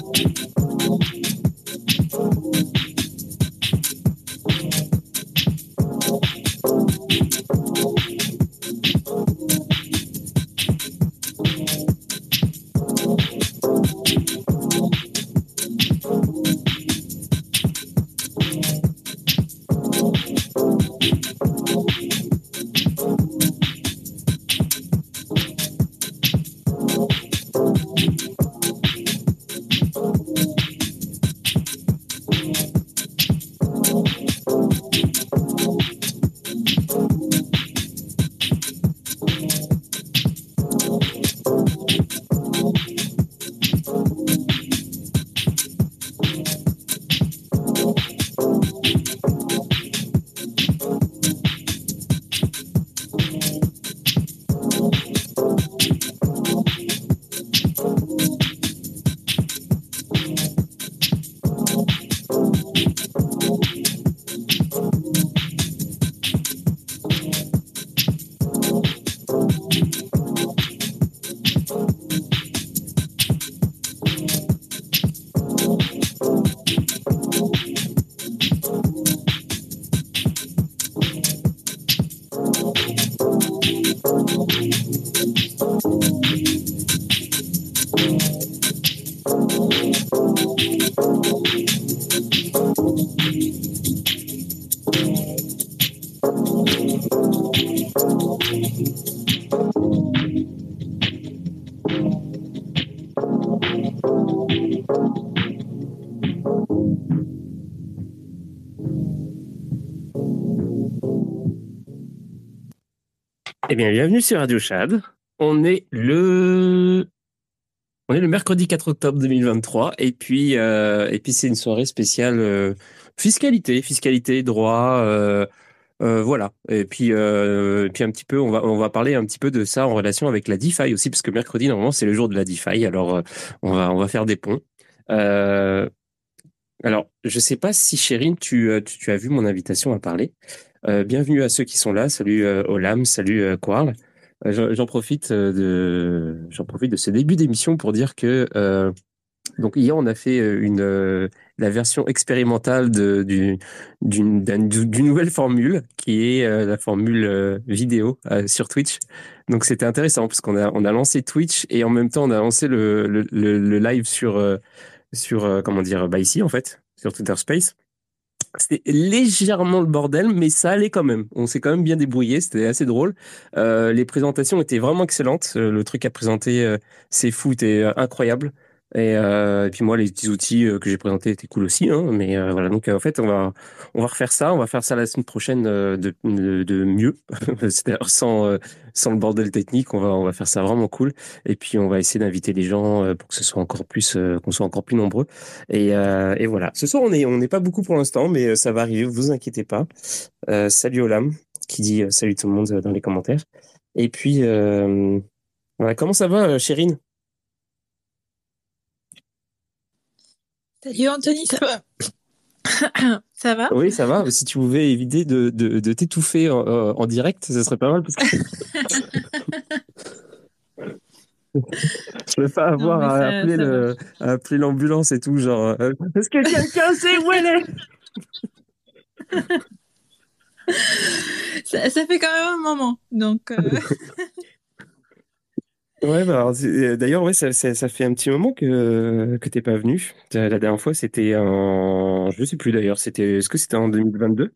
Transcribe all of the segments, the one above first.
Eh bien, bienvenue sur Radio Chad. On est le mercredi 4 octobre 2023 et puis c'est une soirée spéciale fiscalité, droit, voilà. Et puis un petit peu, on va parler un petit peu de ça en relation avec la DeFi aussi, parce que mercredi normalement c'est le jour de la DeFi. Alors on va faire des ponts. Euh, alors je sais pas si Chérine, tu as vu mon invitation à parler. Bienvenue à ceux qui sont là. Salut Olam, salut Quarl. J'en profite de ce début d'émission pour dire que donc hier on a fait la version expérimentale d'une nouvelle formule qui est la formule vidéo sur Twitch. Donc c'était intéressant parce qu'on a lancé Twitch et en même temps on a lancé le live sur comment dire, bah ici en fait sur Twitter Space. C'était légèrement le bordel, mais ça allait quand même. On s'est quand même bien débrouillé, c'était assez drôle. Les présentations étaient vraiment excellentes. Le truc à présenter, c'est fou, était incroyable. Et puis moi, les petits outils que j'ai présentés étaient cool aussi. Hein, mais voilà, donc en fait, on va refaire ça. On va faire ça la semaine prochaine de mieux, c'est-à-dire sans le bordel technique. On va faire ça vraiment cool. Et puis on va essayer d'inviter les gens pour que ce soit encore plus, qu'on soit encore plus nombreux. Et voilà. Ce soir, on n'est pas beaucoup pour l'instant, mais ça va arriver, vous inquiétez pas. Salut Olam, qui dit salut tout le monde dans les commentaires. Et puis, voilà, comment ça va, Chérine? Salut Anthony, ça va? Ça va? Oui, ça va. Si tu pouvais éviter de t'étouffer en direct, ce serait pas mal parce que je ne veux pas Non, avoir mais à ça va. à appeler l'ambulance et tout, genre, est-ce que quelqu'un sait où elle est? Ça fait quand même un moment. Donc, Ouais, bah, alors, d'ailleurs, ouais, ça fait un petit moment que t'es pas venu. La dernière fois, c'était je sais plus d'ailleurs, est-ce que c'était en 2022?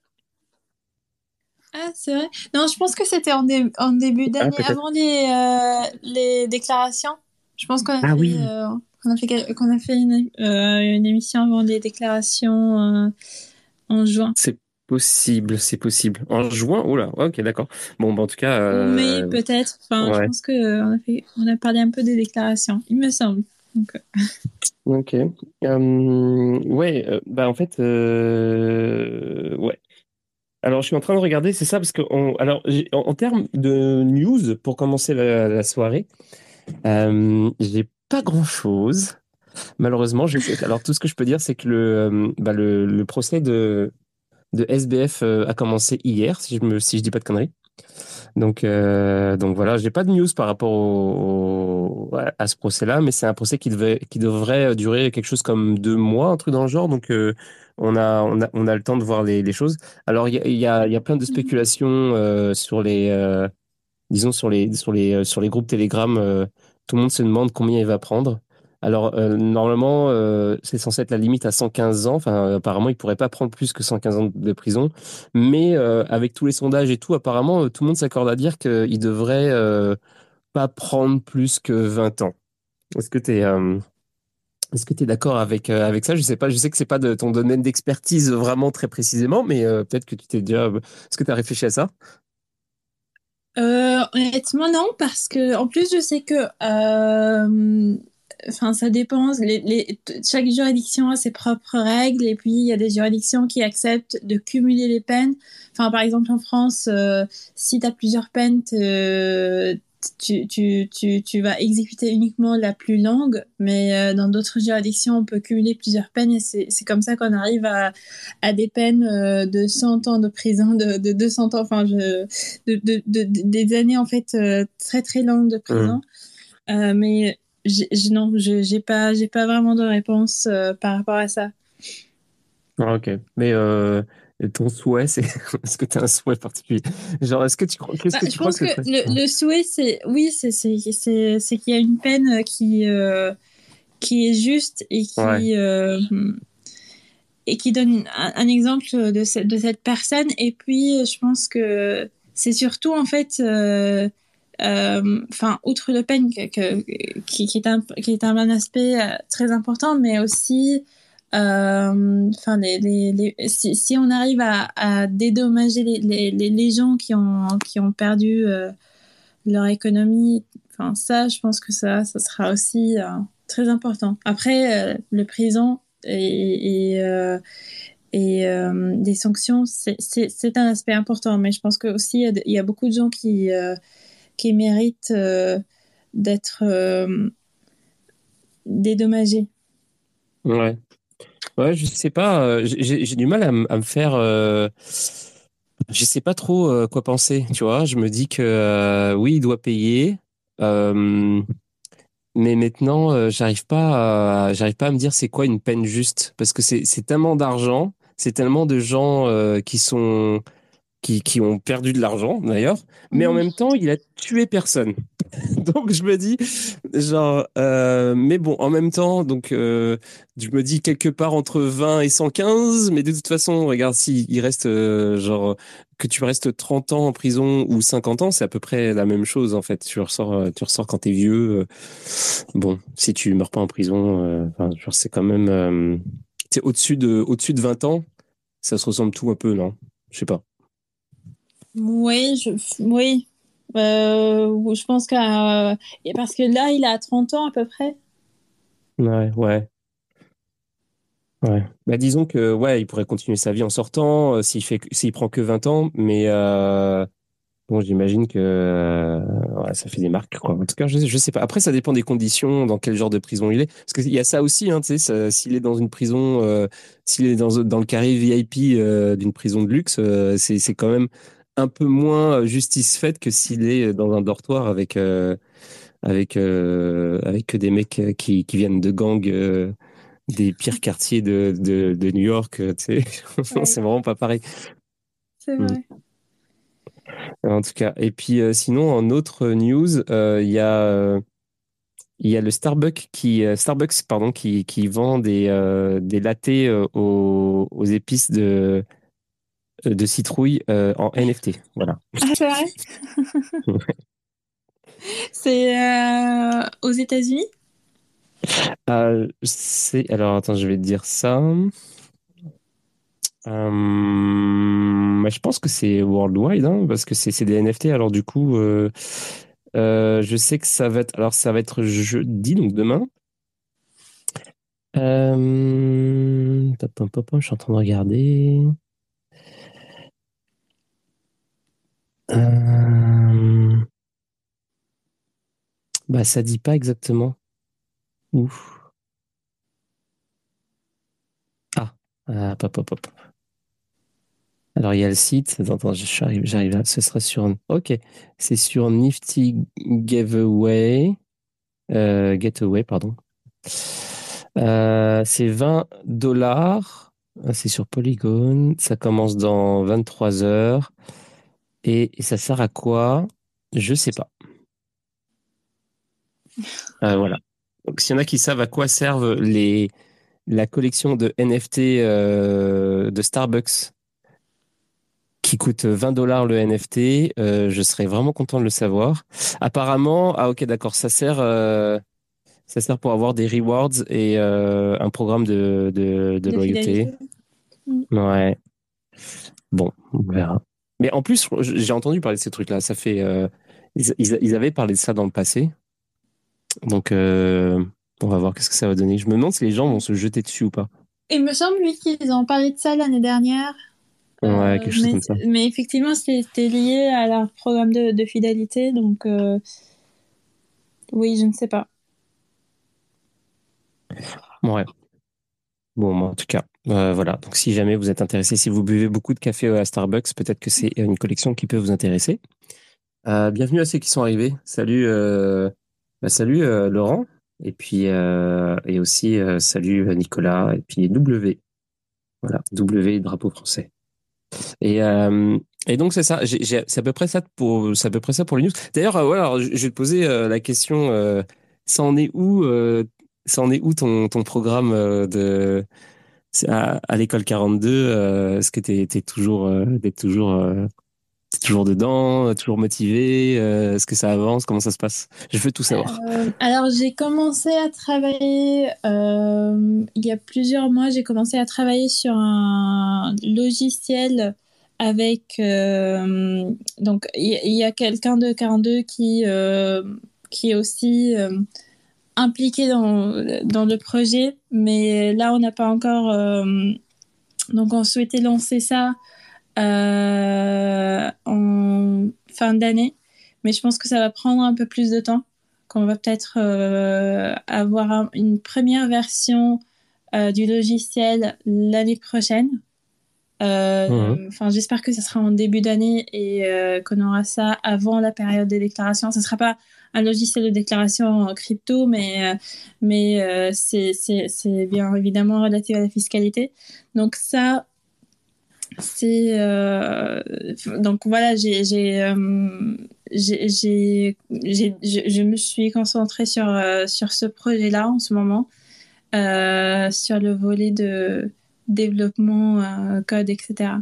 ah, c'est vrai. Non, je pense que c'était en début Ah, d'année, peut-être. avant les déclarations. Je pense Ah oui, qu'on a fait une émission avant les déclarations en juin. c'est possible, c'est possible. En juin? Oula, ok, d'accord. Bon, bah, en tout cas, Ou mai, peut-être. Enfin, je ouais, pense que on a parlé un peu des déclarations, il me semble. Donc, ok. Ouais, bah en fait, ouais. Alors, je suis en train de regarder, c'est ça, parce que alors, en termes de news, pour commencer la soirée, j'ai pas grand-chose. Malheureusement, alors tout ce que je peux dire, c'est que le procès de SBF a commencé hier, si je dis pas de conneries. Donc voilà, j'ai pas de news par rapport ouais, à ce procès-là, mais c'est un procès qui devrait durer quelque chose comme 2 mois, un truc dans le genre. Donc, on a le temps de voir les choses. Alors, il y a plein de Mhm. spéculations sur disons sur les groupes Telegram. Tout le monde se demande combien il va prendre. Alors, normalement, c'est censé être la limite à 115 ans. Enfin, apparemment, il pourrait pas prendre plus que 115 ans de prison. Mais avec tous les sondages et tout, apparemment, tout le monde s'accorde à dire qu'il devrait pas prendre plus que 20 ans. Est-ce que tu es, est-ce que tu es d'accord avec ça? Je sais pas, je sais que c'est pas de ton domaine d'expertise vraiment très précisément, mais peut-être que tu t'es déjà. Est-ce que tu as réfléchi à ça? Honnêtement, non, parce que en plus, je sais que, enfin, ça dépend. Chaque juridiction a ses propres règles, et puis il y a des juridictions qui acceptent de cumuler les peines. Enfin, par exemple, en France, si tu as plusieurs peines, tu vas exécuter uniquement la plus longue, mais dans d'autres juridictions, on peut cumuler plusieurs peines, et c'est comme ça qu'on arrive à des peines de 100 ans de prison, de 200 ans, enfin, des années en fait très très longues de Hmm. prison. Mais non, j'ai pas vraiment de réponse par rapport à ça. Ah, ok. Mais ton souhait, c'est. Est-ce que tu as un souhait particulier? Genre, est-ce que tu crois. Qu'est-ce Bah, que tu je crois pense que ce que serait? le souhait, c'est oui, c'est qu'il y a une peine qui est juste Ouais. et qui donne un exemple de cette personne. Et puis, je pense que c'est surtout, en fait, enfin, outre le peine qui est un aspect très important, mais aussi, enfin, si on arrive à dédommager les gens qui ont perdu leur économie, enfin, ça, je pense que ça sera aussi très important. Après, le prison et des sanctions, c'est un aspect important, mais je pense que aussi il y a beaucoup de gens qui méritent d'être dédommagés. Ouais. Ouais, je sais pas. J'ai du mal à me faire. Je sais pas trop quoi penser. Tu vois, je me dis que oui, il doit payer. Euh, Mais maintenant, j'arrive pas à me dire c'est quoi une peine juste, parce que c'est tellement d'argent, c'est tellement de gens qui ont perdu de l'argent d'ailleurs, mais en Mhm. même temps, il a tué personne. Donc je me dis, genre, mais bon, en même temps, donc je me dis quelque part entre 20 et 115, mais de toute façon, regarde, si il reste genre que tu restes 30 ans en prison ou 50 ans, c'est à peu près la même chose en fait. Tu ressors quand t'es vieux. Bon, si tu meurs pas en prison, enfin, genre, c'est quand même, c'est au-dessus de 20 ans, ça se ressemble tout un peu, non? Je sais pas. Oui. Je pense parce que là, il a 30 ans à peu près. Ouais, ouais. Ouais. Bah, disons que ouais, il pourrait continuer sa vie en sortant s'il prend que 20 ans, mais bon, j'imagine que ouais, ça fait des marques quoi. En tout cas, je sais pas. Après, ça dépend des conditions, dans quel genre de prison il est, parce qu'il y a ça aussi, hein, tu sais, s'il est dans une prison, s'il est dans le carré VIP d'une prison de luxe, c'est quand même un peu moins justice faite que s'il est dans un dortoir avec que des mecs qui viennent de gangs. Des pires quartiers de New York, tu sais. Ouais, C'est vraiment pas pareil. c'est Mm. vrai. En tout cas. Et puis sinon, en autre news, il y a le Starbucks pardon, qui vend des lattés aux épices de citrouille en NFT. Voilà. Ah, c'est vrai? C'est aux États-Unis? Alors, attends, je vais te dire ça. Mais je pense que c'est worldwide, hein, parce que c'est des NFT. Alors du coup, je sais que ça va être jeudi, donc demain. Pom, pom, pom, je suis en train de regarder. Euh, Bah, ça dit pas exactement. Ouf. Ah, pop, pop, pop. Alors il y a le site. Attends, j'arrive là. Ce sera sur. Ok, c'est sur Nifty Giveaway. Getaway, pardon. C'est $20. C'est sur Polygon. Ça commence dans 23 heures. Et ça sert à quoi? Je sais pas. Voilà. Donc, s'il y en a qui savent à quoi servent la collection de NFT de Starbucks qui coûte $20 le NFT, je serais vraiment content de le savoir. Apparemment, ah ok, d'accord, ça sert pour avoir des rewards et un programme de De loyauté. fidélité. Mm. Ouais, bon, on verra. Mais en plus, j'ai entendu parler de ces trucs-là. Ça fait, ils avaient parlé de ça dans le passé. Donc, on va voir qu'est-ce que ça va donner. Je me demande si les gens vont se jeter dessus ou pas. Il me semble, lui, qu'ils ont parlé de ça l'année dernière. Ouais, quelque chose Mais, comme ça. mais effectivement, c'était lié à leur programme de fidélité. Donc, oui, je ne sais pas. Bon, ouais. Bon, en tout cas, voilà. Donc, si jamais vous êtes intéressé, si vous buvez beaucoup de café à Starbucks, peut-être que c'est une collection qui peut vous intéresser. Bienvenue à ceux qui sont arrivés. Salut, salut Laurent. Et puis, et aussi, salut Nicolas. Et puis W. Voilà, W, drapeau français. Et, euh, et donc, c'est ça. C'est à peu près ça c'est à peu près ça pour les news. D'ailleurs, voilà, alors, je vais te poser la question, ça en est où, ça en est où ton programme à l'école 42, est-ce que t'es toujours dedans, toujours motivé, est-ce que ça avance, comment ça se passe? Je veux tout savoir. Alors, j'ai commencé à travailler il y a plusieurs mois. J'ai commencé à travailler sur un logiciel avec. Donc, il y a quelqu'un de 42 qui est aussi impliqué dans le projet, mais là, on n'a pas encore. Donc, on souhaitait lancer ça en fin d'année, mais je pense que ça va prendre un peu plus de temps, qu'on va peut-être avoir une première version du logiciel l'année prochaine. Mhm. Enfin, j'espère que ce sera en début d'année et qu'on aura ça avant la période des déclarations. Ce ne sera pas un logiciel de déclaration en crypto, mais c'est bien évidemment relatif à la fiscalité. Donc ça, c'est donc voilà, je me suis concentrée sur ce projet-là en ce moment, sur le volet de développement, code, etc.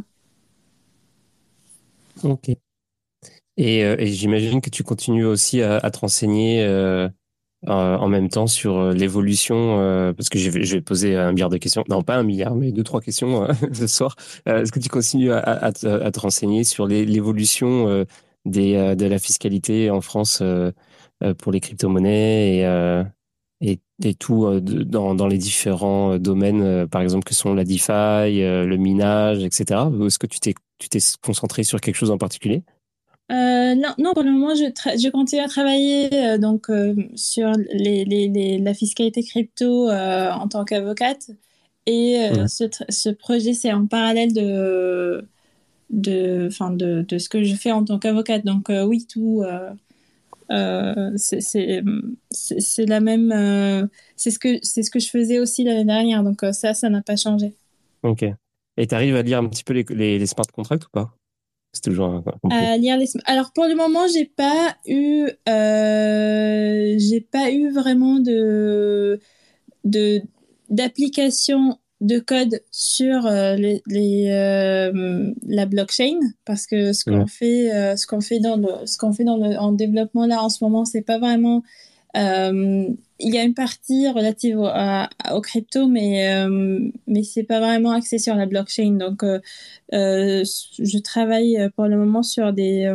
Ok. Et j'imagine que tu continues aussi à te renseigner en même temps sur l'évolution, parce que je vais te poser 1 milliard de questions. Non, pas 1 milliard, mais 2, 3 questions ce soir. Est-ce que tu continues à te renseigner sur l'évolution de la fiscalité en France pour les crypto-monnaies et tout dans les différents domaines, par exemple, que sont la DeFi, le minage, etc. Ou est-ce que tu t'es concentré sur quelque chose en particulier? Non, non, pour le moment, je continue à travailler sur la fiscalité crypto en tant qu'avocate. Et Ouais. ce projet, c'est en parallèle enfin, de ce que je fais en tant qu'avocate. Donc oui, tout, c'est la même, c'est ce que je faisais aussi l'année dernière. Donc ça n'a pas changé. Ok. Et tu arrives à lire un petit peu les smart contracts ou pas? C'est toujours compliqué. À lire Alors pour le moment, j'ai pas eu vraiment de d'application de code sur la blockchain parce que Ouais. ce qu'on fait en développement là en ce moment, c'est pas vraiment il y a une partie relative au crypto, mais c'est pas vraiment axé sur la blockchain. Donc, je travaille pour le moment sur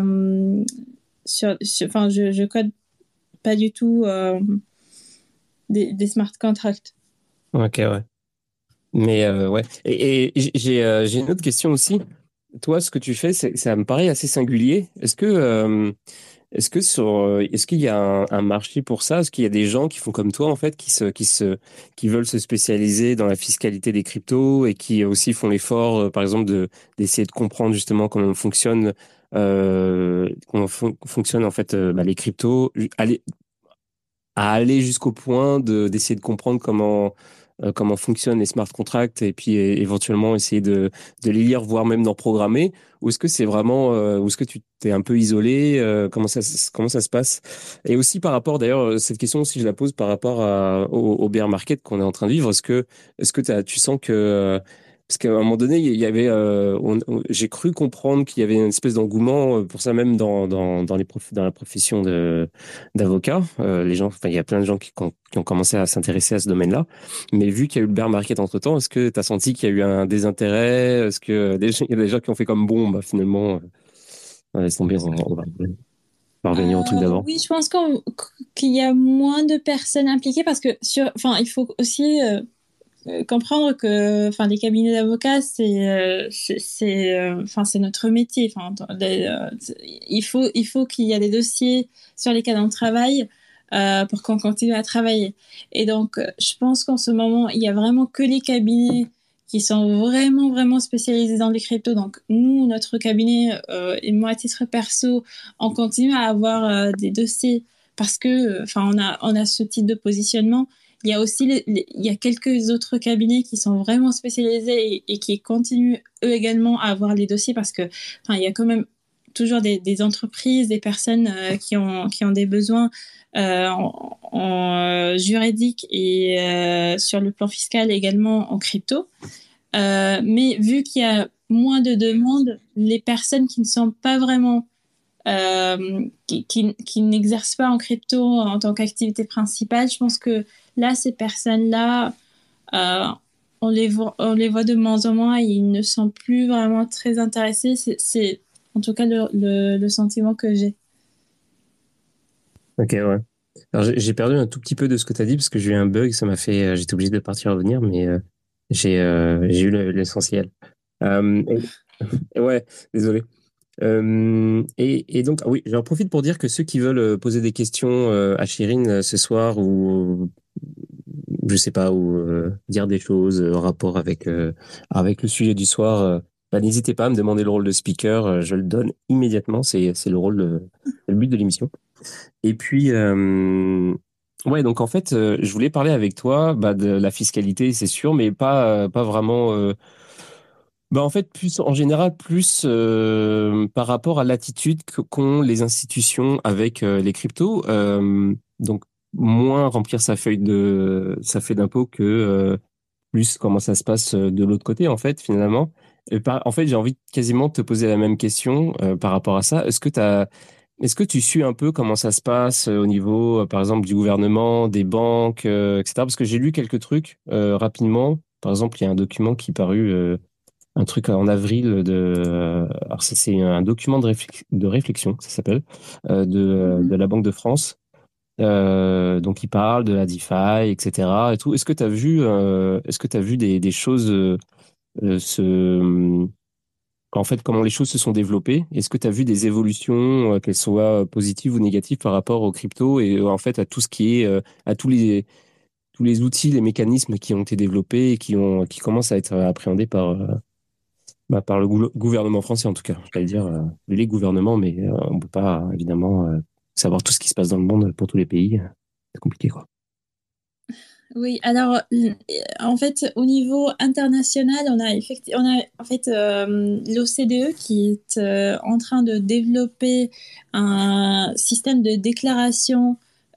enfin, je code pas du tout des smart contracts. Ok, ouais. Mais ouais. Et j'ai une autre question aussi. Toi, ce que tu fais, ça me paraît assez singulier. Est-ce qu'il y a un marché pour ça? Est-ce qu'il y a des gens qui font comme toi, en fait, qui veulent se spécialiser dans la fiscalité des cryptos et qui aussi font l'effort, par exemple, d'essayer de comprendre justement comment fonctionnent, en fait, les cryptos. à aller jusqu'au point d'essayer de comprendre comment fonctionnent les smart contracts et puis éventuellement essayer de les lire, voire même d'en programmer? Ou est-ce que c'est vraiment, ou est-ce que tu t'es un peu isolé? Comment ça se passe? Et aussi par rapport, d'ailleurs, cette question aussi, je la pose par rapport au bear market qu'on est en train de vivre. Est-ce que tu sens que, parce qu'à un moment donné, il y avait, j'ai cru comprendre qu'il y avait une espèce d'engouement pour ça même dans la profession d'avocat. Les gens, enfin, il y a plein de gens qui ont commencé à s'intéresser à ce domaine-là. Mais vu qu'il y a eu le bear market entre-temps, est-ce que tu as senti qu'il y a eu un désintérêt? Est-ce que il y a des gens qui ont fait comme bon, bah, finalement, laisse tomber, on va revenir au truc d'avant. Oui, je pense qu'il y a moins de personnes impliquées parce que enfin, il faut aussi comprendre que, enfin, les cabinets d'avocats, enfin, c'est notre métier. Enfin, il faut qu'il y ait des dossiers sur lesquels on travaille pour qu'on continue à travailler. Et donc, je pense qu'en ce moment, il y a vraiment que les cabinets qui sont vraiment, vraiment spécialisés dans les cryptos. Donc, nous, notre cabinet et moi, à titre perso, on continue à avoir des dossiers parce que, enfin, on a ce type de positionnement. Il y a aussi il y a quelques autres cabinets qui sont vraiment spécialisés et qui continuent eux également à avoir les dossiers parce que, enfin, il y a quand même toujours des entreprises, des personnes qui ont des besoins en juridique et sur le plan fiscal également en crypto. Mais vu qu'il y a moins de demandes, les personnes qui ne sont pas vraiment qui n'exercent pas en crypto en tant qu'activité principale, je pense que là, ces personnes-là, euh, on les voit de moins en moins et ils ne sont plus vraiment très intéressés. C'est en tout cas le sentiment que j'ai. Ok, ouais. Alors, j'ai perdu un tout petit peu de ce que tu as dit parce que j'ai eu un bug, ça m'a fait, j'étais obligé de partir et revenir, mais j'ai eu l'essentiel. Euh, ouais, désolé. Et donc, ah oui, j'en profite pour dire que ceux qui veulent poser des questions à Chirine ce soir ou je sais pas, ou dire des choses en rapport avec le sujet du soir, bah, n'hésitez pas à me demander le rôle de speaker, je le donne immédiatement, c'est le rôle c'est le but de l'émission. Et puis, ouais, donc en fait, je voulais parler avec toi bah, de la fiscalité, c'est sûr, mais pas vraiment. Bah en fait, plus en général, plus par rapport à l'attitude qu'ont les institutions avec les cryptos. Donc, moins remplir sa feuille d'impôt que plus comment ça se passe de l'autre côté, en fait, finalement. En fait, j'ai envie de quasiment te poser la même question par rapport à ça. Est-ce que tu suis un peu comment ça se passe au niveau, par exemple, du gouvernement, des banques, etc. Parce que j'ai lu quelques trucs rapidement. Par exemple, il y a un document qui parut un truc en avril alors c'est un document de réflexion, ça s'appelle, de Mhm. la Banque de France. Donc il parle de la DeFi, etc. et tout. Est-ce que tu as vu des choses en fait, comment les choses se sont développées? Est-ce que tu as vu des évolutions, qu'elles soient positives ou négatives par rapport aux cryptos et en fait à tout ce qui est, à tous les outils, les mécanismes qui ont été développés et qui commencent à être appréhendés par le gouvernement français en tout cas. Je vais dire les gouvernements, mais on peut pas évidemment savoir tout ce qui se passe dans le monde pour tous les pays. C'est compliqué quoi. Oui, alors en fait, au niveau international, on a en fait l'OCDE qui est en train de développer un système de déclaration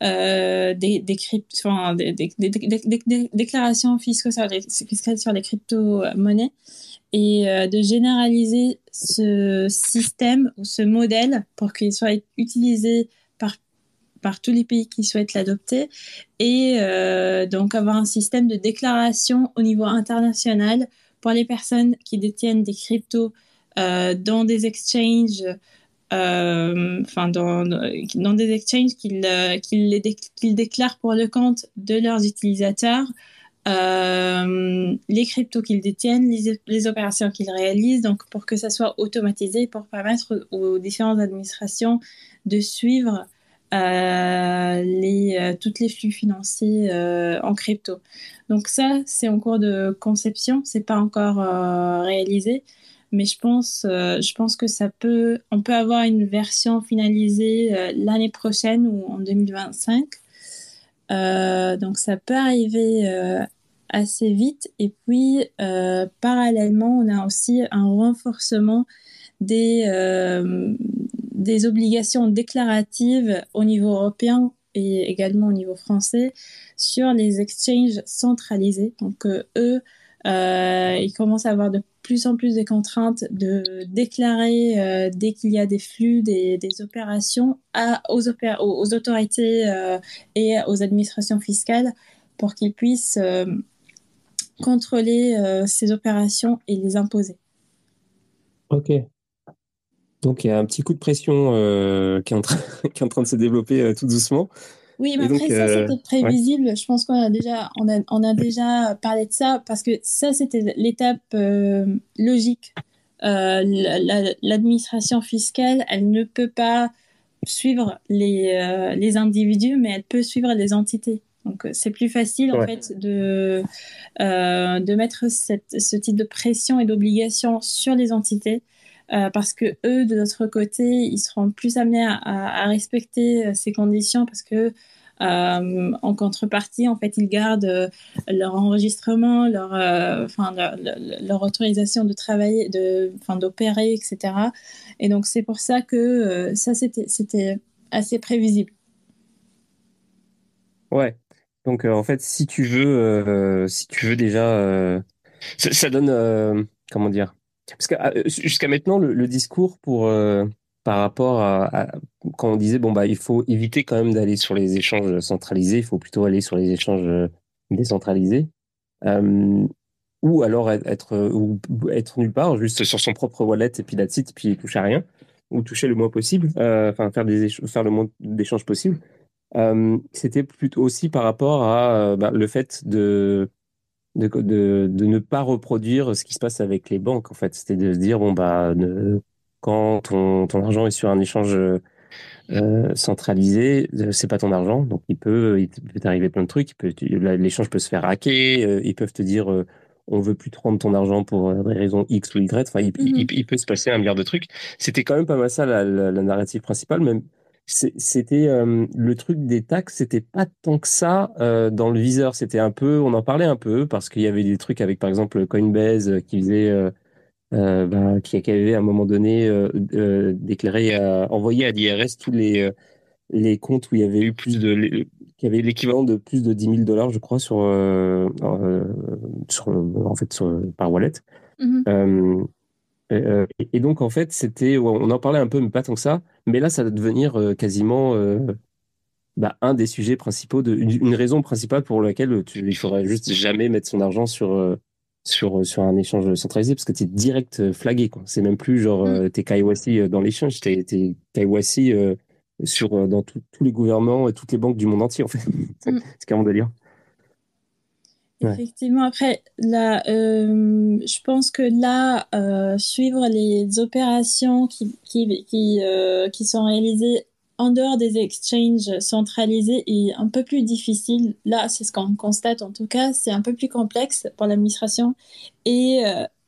enfin, déclarations fiscales sur les crypto-monnaies et de généraliser ce système ou ce modèle pour qu'il soit utilisé par par tous les pays qui souhaitent l'adopter et donc avoir un système de déclaration au niveau international pour les personnes qui détiennent des cryptos dans des exchanges, enfin dans des exchanges qu'ils déclarent pour le compte de leurs utilisateurs. Les cryptos qu'ils détiennent, les opérations qu'ils réalisent, donc pour que ça soit automatisé, pour permettre aux différentes administrations de suivre toutes les flux financiers en crypto. Donc ça, c'est en cours de conception, c'est pas encore réalisé, mais je pense que on peut avoir une version finalisée l'année prochaine ou en 2025. Donc ça peut arriver assez vite. Et puis parallèlement, on a aussi un renforcement des, euh, des obligations déclaratives au niveau européen et également au niveau français sur les exchanges centralisés. Donc ils commencent à avoir de plus en plus de contraintes de déclarer dès qu'il y a des flux, des opérations aux autorités et aux administrations fiscales pour qu'ils puissent contrôler ces opérations et les imposer. Ok. Donc il y a un petit coup de pression qui est en train, qui est en train de se développer tout doucement. Oui, mais Et donc, après, ça, c'était ouais. prévisible. Je pense on a déjà parlé de ça parce que ça, c'était l'étape logique. L'administration fiscale, elle ne peut pas suivre les individus, mais elle peut suivre les entités. Donc, c'est plus facile, en Ouais. fait, de mettre ce type de pression et d'obligation sur les entités. Parce que eux, de notre côté, ils seront plus amenés à respecter ces conditions parce que en contrepartie, en fait, ils gardent leur enregistrement, leur autorisation de travailler, d'opérer, etc. Et donc, c'est pour ça que ça, c'était assez prévisible. Ouais. Donc en fait, si tu veux déjà, ça donne, comment dire? Parce que jusqu'à maintenant, le discours par rapport quand on disait bon bah il faut éviter quand même d'aller sur les échanges centralisés, il faut plutôt aller sur les échanges décentralisés. Euh, ou alors ou être nulle part, juste sur son propre wallet et puis la titre, puis toucher à rien, ou toucher le moins possible, enfin faire le moins d'échanges possible. C'était plutôt aussi par rapport à le fait de ne pas reproduire ce qui se passe avec les banques, en fait. C'était de se dire, bon, quand ton argent est sur un échange centralisé, c'est pas ton argent, donc il peut t'arriver plein de trucs. L'échange peut se faire hacker, ils peuvent te dire, on veut plus te rendre ton argent pour des raisons X ou Y. Enfin, Mhm. il peut se passer un milliard de trucs. C'était quand même pas mal ça, la narrative principale, même. C'était le truc des taxes, c'était pas tant que ça dans le viseur. C'était un peu, on en parlait un peu parce qu'il y avait des trucs avec par exemple Coinbase qui faisait qui avait à un moment donné déclaré, envoyé à l'IRS tous les comptes où il y avait eu qui avait l'équivalent de plus de 10 000 $, je crois, par wallet. Mhm. Euh, et donc, en fait, ouais, on en parlait un peu, mais pas tant que ça. Mais là, ça va devenir quasiment un des sujets principaux, une raison principale pour laquelle il faudrait juste jamais mettre son argent sur un échange centralisé parce que tu es direct flagué, quoi. C'est même plus genre Mhm. t'es KYC dans l'échange, t'es KYC dans tous les gouvernements et toutes les banques du monde entier, en fait. Mhm. C'est carrément délire. Ouais. Effectivement, après, là, je pense que là, suivre les opérations qui sont réalisées en dehors des exchanges centralisés est un peu plus difficile. Là, c'est ce qu'on constate en tout cas, c'est un peu plus complexe pour l'administration. Et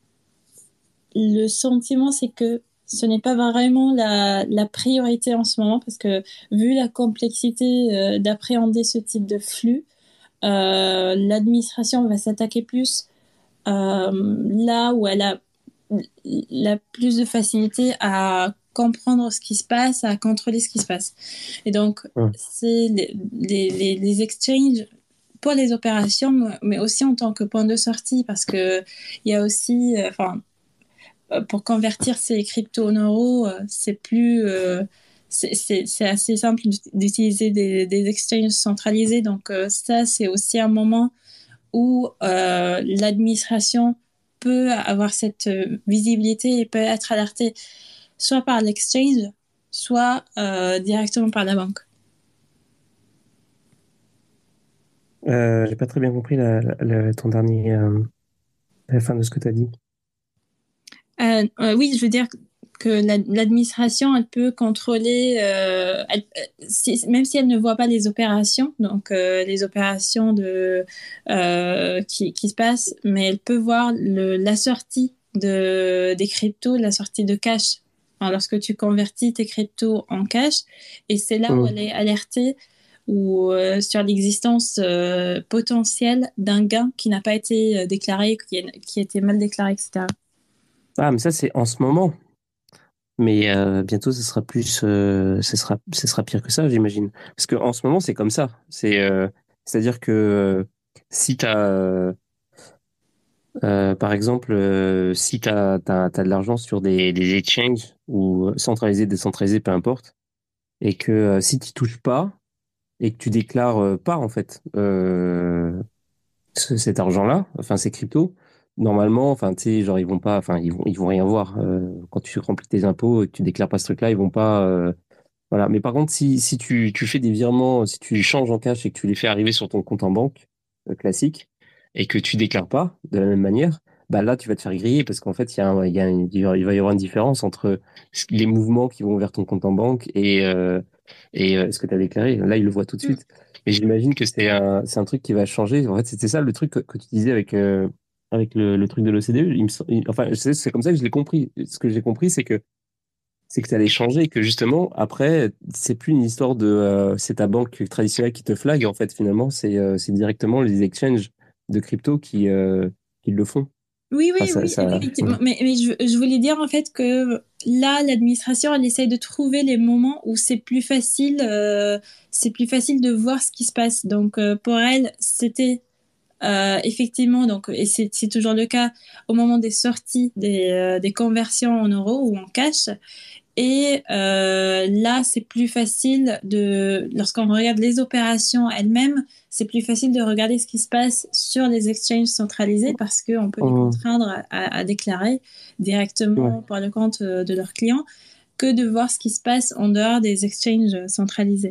le sentiment, c'est que ce n'est pas vraiment la priorité en ce moment parce que vu la complexité d'appréhender ce type de flux, l'administration va s'attaquer plus là où elle a la plus de facilité à comprendre ce qui se passe, à contrôler ce qui se passe. Et donc, Ouais. c'est les exchanges pour les opérations, mais aussi en tant que point de sortie, parce que il y a aussi, pour convertir ces cryptos en euros, c'est plus c'est assez simple d'utiliser des exchanges centralisés. Donc ça, c'est aussi un moment où l'administration peut avoir cette visibilité et peut être alertée soit par l'exchange, soit directement par la banque. J'ai pas très bien compris ton la fin de ce que tu as dit. Oui, je veux dire que l'administration, elle peut contrôler, même si elle ne voit pas les opérations, donc les opérations qui se passent, mais elle peut voir la sortie des cryptos, la sortie de cash. Alors, lorsque tu convertis tes cryptos en cash, et c'est là où Mm. elle est alertée ou sur l'existence potentielle d'un gain qui n'a pas été déclaré, qui a été mal déclaré, etc. Ah, mais ça, c'est en ce moment. Mais bientôt, ce sera pire que ça, j'imagine. Parce que en ce moment, c'est comme ça. C'est-à-dire que si par exemple, si t'as de l'argent sur des exchanges ou centralisés, décentralisés, peu importe, et que si tu touches pas et que tu déclares pas en fait cet argent-là, enfin ces cryptos, normalement, enfin tu sais, genre ils vont pas, enfin ils vont rien voir quand tu remplis tes impôts et que tu déclares pas ce truc-là, ils vont pas. Voilà. Mais par contre, si tu fais des virements, si tu changes en cash et que tu les fais arriver sur ton compte en banque classique et que tu déclares pas de la même manière, bah là, tu vas te faire griller parce qu'en fait, il va y avoir une différence entre les mouvements qui vont vers ton compte en banque et ce que tu as déclaré. Là, il le voit tout de suite. Mais j'imagine que c'est un truc qui va changer. En fait, c'était ça le truc que tu disais avec le truc de l'OCDE. Enfin, c'est comme ça que je l'ai compris. Ce que j'ai compris, c'est que ça allait changer et que justement, après, c'est plus une histoire de c'est ta banque traditionnelle qui te flag. En fait, finalement, c'est directement les exchanges de crypto qui le font. Oui, Enfin, oui, oui, ouais. effectivement. Mais je voulais dire en fait que là, l'administration, elle essaye de trouver les moments où c'est plus facile de voir ce qui se passe. Donc, pour elle, c'était effectivement, donc, et c'est toujours le cas au moment des sorties des conversions en euros ou en cash. Et là, c'est plus facile lorsqu'on regarde les opérations elles-mêmes, c'est plus facile de regarder ce qui se passe sur les exchanges centralisés parce qu'on peut les Hum, contraindre à déclarer ouais. directement pour le compte de leurs clients que de voir ce qui se passe en dehors des exchanges centralisés.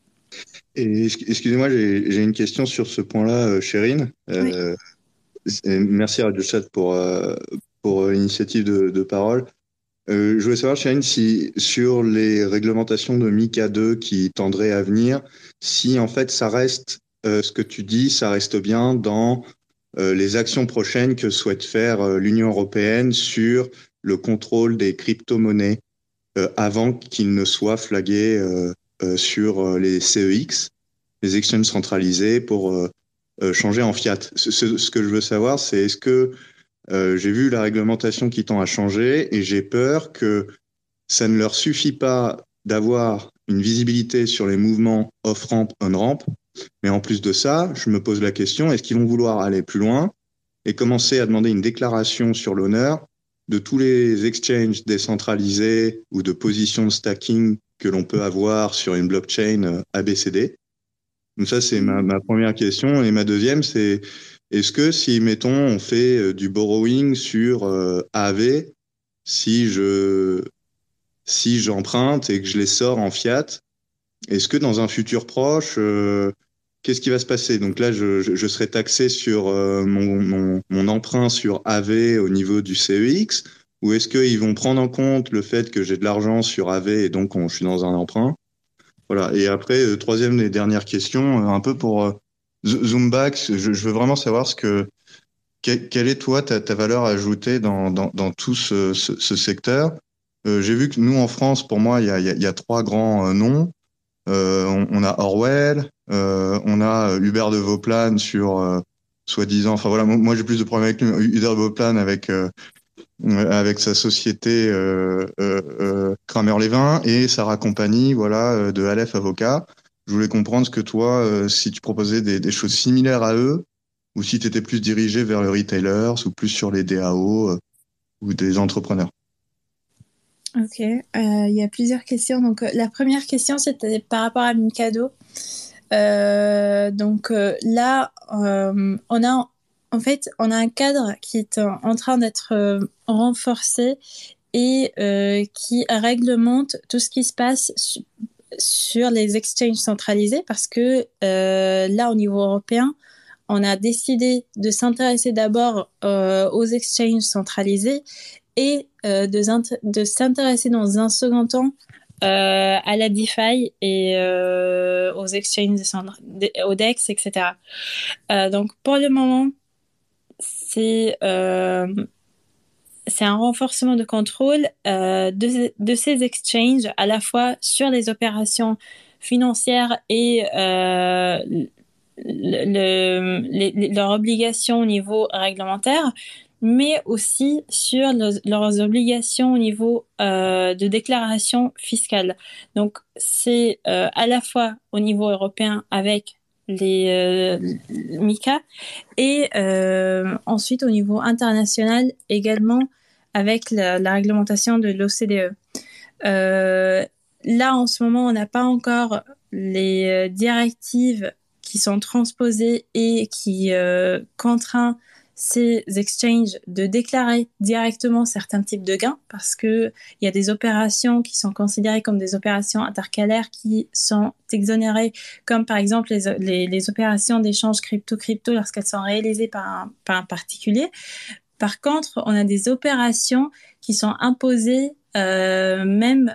Et excusez-moi, j'ai une question sur ce point-là, Chérine. Oui. Et merci Radio Chat pour l'initiative de parole. Je voulais savoir, Chérine, si sur les réglementations de MiCA 2 qui tendraient à venir, si en fait ça reste ce que tu dis, ça reste bien dans les actions prochaines que souhaite faire l'Union européenne sur le contrôle des crypto-monnaies avant qu'ils ne soient flagués sur les CEX, les exchanges centralisés, pour changer en fiat. Ce que je veux savoir, c'est est-ce que j'ai vu la réglementation qui tend à changer et j'ai peur que ça ne leur suffit pas d'avoir une visibilité sur les mouvements off-ramp, on-ramp, mais en plus de ça, je me pose la question, est-ce qu'ils vont vouloir aller plus loin et commencer à demander une déclaration sur l'honneur de tous les exchanges décentralisés ou de positions de stacking que l'on peut avoir sur une blockchain ABCD? Donc ça, c'est ma première question. Et ma deuxième, c'est est-ce que si, mettons, on fait du borrowing sur AV, si je si j'emprunte et que je les sors en fiat, est-ce que dans un futur proche, qu'est-ce qui va se passer? Donc là, je serai taxé sur mon emprunt sur AV au niveau du CEX, ou est-ce qu'ils vont prendre en compte le fait que j'ai de l'argent sur AV et donc je suis dans un emprunt? Voilà. Et après, troisième et dernière question, un peu pour zoom back, je veux vraiment savoir quelle est toi ta valeur ajoutée dans tout ce secteur. J'ai vu que nous en France, pour moi, il y a trois grands noms. On a Orwell, on a Hubert de Vauplane sur soi-disant. Enfin voilà, moi j'ai plus de problèmes avec lui. Hubert de Vauplane avec sa société Kramer-Lévin et Sarah Compagnie, voilà, de Aleph Avocat. Je voulais comprendre ce que toi, si tu proposais des choses similaires à eux, ou si tu étais plus dirigé vers le retailers ou plus sur les DAO ou des entrepreneurs. Ok, il y a plusieurs questions. Donc, la première question, c'était par rapport à Mikado. Donc là, on a un cadre qui est en train d'être renforcé et qui réglemente tout ce qui se passe sur les exchanges centralisés parce que là, au niveau européen, on a décidé de s'intéresser d'abord aux exchanges centralisés et de s'intéresser dans un second temps à la DeFi et aux exchanges, aux DEX, etc. Donc pour le moment, c'est euh, c'est un renforcement de contrôle de ces exchanges à la fois sur les opérations financières et leurs obligations au niveau réglementaire, mais aussi sur leurs obligations au niveau de déclaration fiscale. Donc, c'est à la fois au niveau européen avec les MiCA et ensuite au niveau international également avec la réglementation de l'OCDE. Là, en ce moment, on n'a pas encore les directives qui sont transposées et qui contraint ces exchanges de déclarer directement certains types de gains parce que il y a des opérations qui sont considérées comme des opérations intercalaires qui sont exonérées, comme par exemple les opérations d'échange crypto-crypto lorsqu'elles sont réalisées par un particulier. Par contre, on a des opérations qui sont imposées même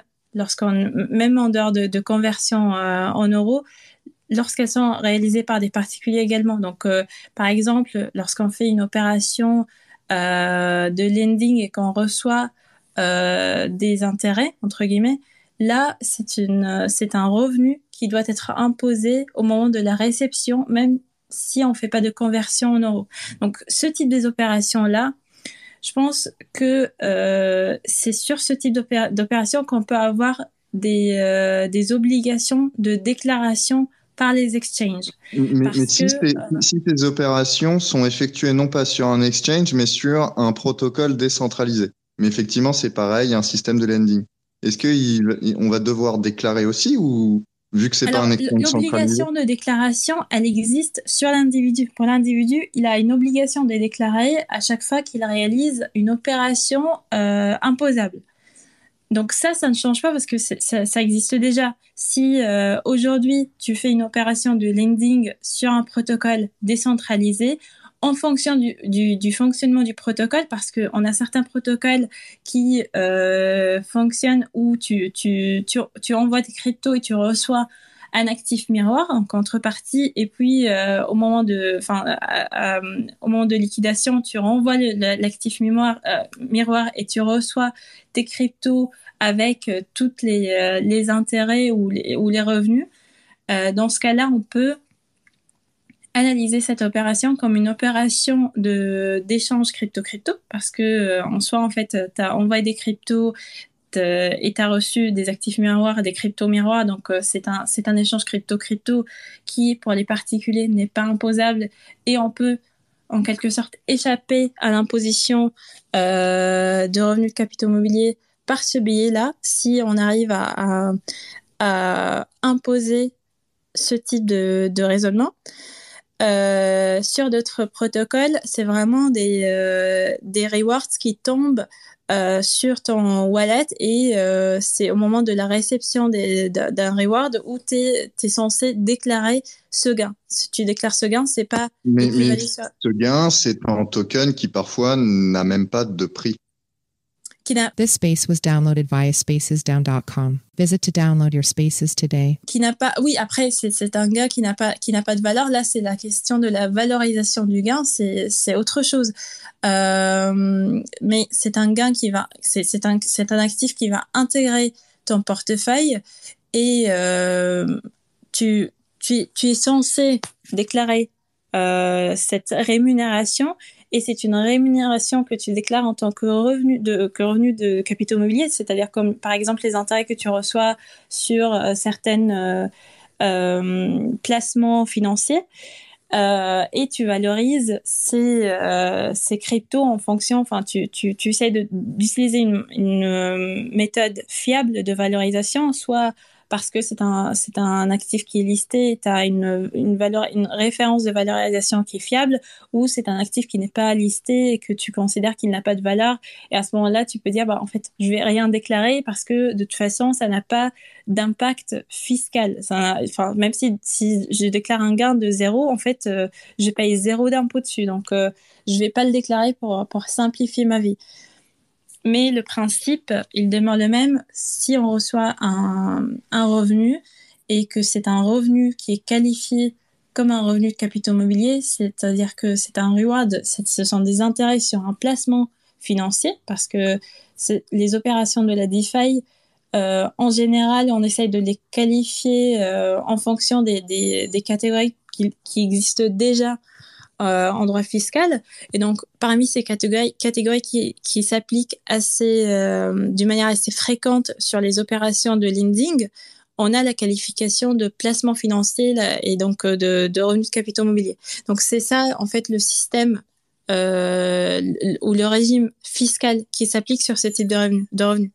en dehors de conversion en euros, lorsqu'elles sont réalisées par des particuliers également. Donc, par exemple, lorsqu'on fait une opération de lending et qu'on reçoit des intérêts, entre guillemets, là, c'est un revenu qui doit être imposé au moment de la réception, même si on ne fait pas de conversion en euros. Donc, ce type des opérations-là, je pense que c'est sur ce type d'opération qu'on peut avoir des obligations de déclaration par les exchanges. Mais si ces opérations sont effectuées non pas sur un exchange, mais sur un protocole décentralisé. Mais effectivement, c'est pareil, un système de lending. Est-ce qu'on va devoir déclarer aussi ou vu que c'est pas un exchange centralisé? L'obligation de déclaration, elle existe sur l'individu. Pour l'individu, il a une obligation de déclarer à chaque fois qu'il réalise une opération imposable. Donc ça ne change pas parce que ça existe déjà. Si aujourd'hui, tu fais une opération de lending sur un protocole décentralisé, en fonction du fonctionnement du protocole, parce qu'on a certains protocoles qui fonctionnent où tu envoies tes cryptos et tu reçois un actif miroir en contrepartie, et puis au moment de liquidation, tu renvoies l'actif miroir et tu reçois tes cryptos avec toutes les intérêts ou les revenus. Dans ce cas-là, on peut analyser cette opération comme une opération d'échange crypto-crypto, parce que en soi, en fait, tu as envoyé des cryptos et tu as reçu des actifs miroirs et des cryptos miroirs. Donc, c'est un échange crypto-crypto qui, pour les particuliers, n'est pas imposable, et on peut, en quelque sorte, échapper à l'imposition de revenus de capitaux mobiliers par ce biais-là, si on arrive à imposer ce type de raisonnement. Sur d'autres protocoles, c'est vraiment des rewards qui tombent sur ton wallet, et c'est au moment de la réception d'un reward où tu es censé déclarer ce gain. Si tu déclares ce gain, c'est pas mais ce gain, c'est un token qui parfois n'a même pas de prix. This space was downloaded via spacesdown.com. Visit to download your spaces today. Qui n'a pas, oui, après, c'est un gain qui n'a pas de valeur. Là, c'est la question de la valorisation du gain. C'est autre chose. Mais c'est un gain c'est un actif qui va intégrer ton portefeuille, et tu es censé déclarer cette rémunération. Et c'est une rémunération que tu déclares en tant que revenu de capitaux mobiliers, c'est-à-dire comme par exemple les intérêts que tu reçois sur certaines placements financiers, et tu valorises ces cryptos en fonction. Enfin, tu essaies d'utiliser une méthode fiable de valorisation, soit parce que c'est un actif qui est listé, tu as une référence de valorisation qui est fiable, ou c'est un actif qui n'est pas listé et que tu considères qu'il n'a pas de valeur. Et à ce moment-là, tu peux dire, en fait, je vais rien déclarer parce que de toute façon, ça n'a pas d'impact fiscal. Même si je déclare un gain de 0, en fait, je paye 0 d'impôt dessus. Donc, je vais pas le déclarer pour simplifier ma vie. Mais le principe, il demeure le même si on reçoit un revenu et que c'est un revenu qui est qualifié comme un revenu de capitaux mobiliers, c'est-à-dire que c'est un reward, ce sont des intérêts sur un placement financier, parce que les opérations de la DeFi En général, on essaye de les qualifier en fonction des catégories qui existent déjà en droit fiscal. Et donc, parmi ces catégories qui s'appliquent d'une manière assez fréquente sur les opérations de lending, on a la qualification de placement financier et donc de revenus de capitaux mobiliers. Donc, c'est ça, en fait, le système ou le régime fiscal qui s'applique sur ce type de revenus.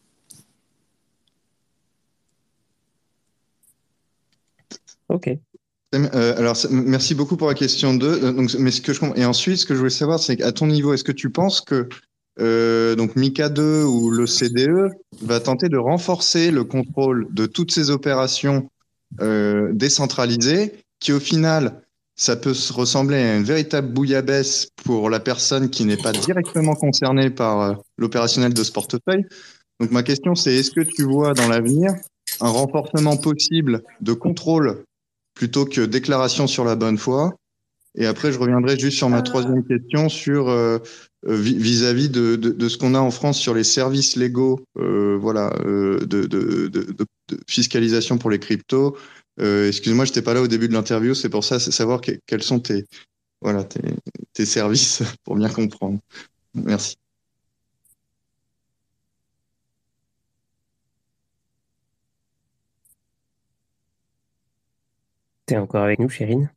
Ok. Alors, merci beaucoup pour la question 2. Mais ce que je comprends. Et ensuite, ce que je voulais savoir, c'est qu'à ton niveau, est-ce que tu penses que donc MiCA 2 ou le CDE va tenter de renforcer le contrôle de toutes ces opérations décentralisées, qui au final, ça peut se ressembler à une véritable bouillabaisse pour la personne qui n'est pas directement concernée par l'opérationnel de ce portefeuille. Donc ma question, c'est est-ce que tu vois dans l'avenir un renforcement possible de contrôle plutôt que déclaration sur la bonne foi? Et après, je reviendrai juste sur ma troisième question sur vis-à-vis de ce qu'on a en France sur les services légaux, de fiscalisation pour les cryptos. Excuse-moi, je n'étais pas là au début de l'interview, c'est pour ça, c'est savoir quels sont tes services pour bien comprendre. Merci. T'es encore avec nous, Chérine?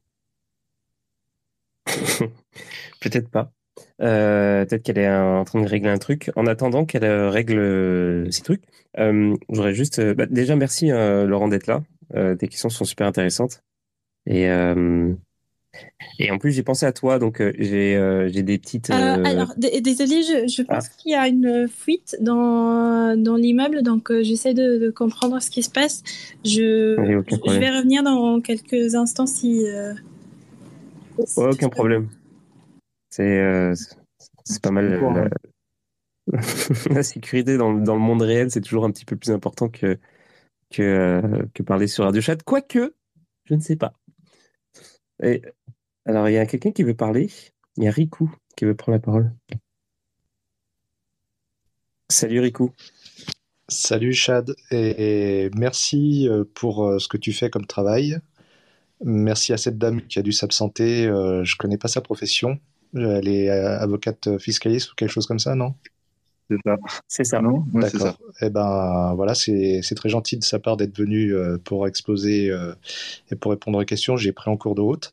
Peut-être pas. Peut-être qu'elle est en train de régler un truc. En attendant qu'elle règle ces trucs, j'aurais juste... déjà, merci Laurent d'être là. Tes questions sont super intéressantes. Et en plus, j'ai pensé à toi, donc j'ai des petites... Alors, désolée, je pense qu'il y a une fuite dans l'immeuble, donc j'essaie de comprendre ce qui se passe. Je vais revenir dans quelques instants si... aucun problème. C'est pas mal. La sécurité dans le monde réel, c'est toujours un petit peu plus important que parler sur Radio Chat. Quoique, je ne sais pas. Et, alors, il y a quelqu'un qui veut parler. Il y a Riku qui veut prendre la parole. Salut Riku. Salut Chad, et merci pour ce que tu fais comme travail. Merci à cette dame qui a dû s'absenter. Je connais pas sa profession. Elle est avocate fiscaliste ou quelque chose comme ça, non? C'est ça. Non, ouais, d'accord. Eh ben voilà, c'est très gentil de sa part d'être venu pour exposer et pour répondre aux questions. J'ai pris en cours de route.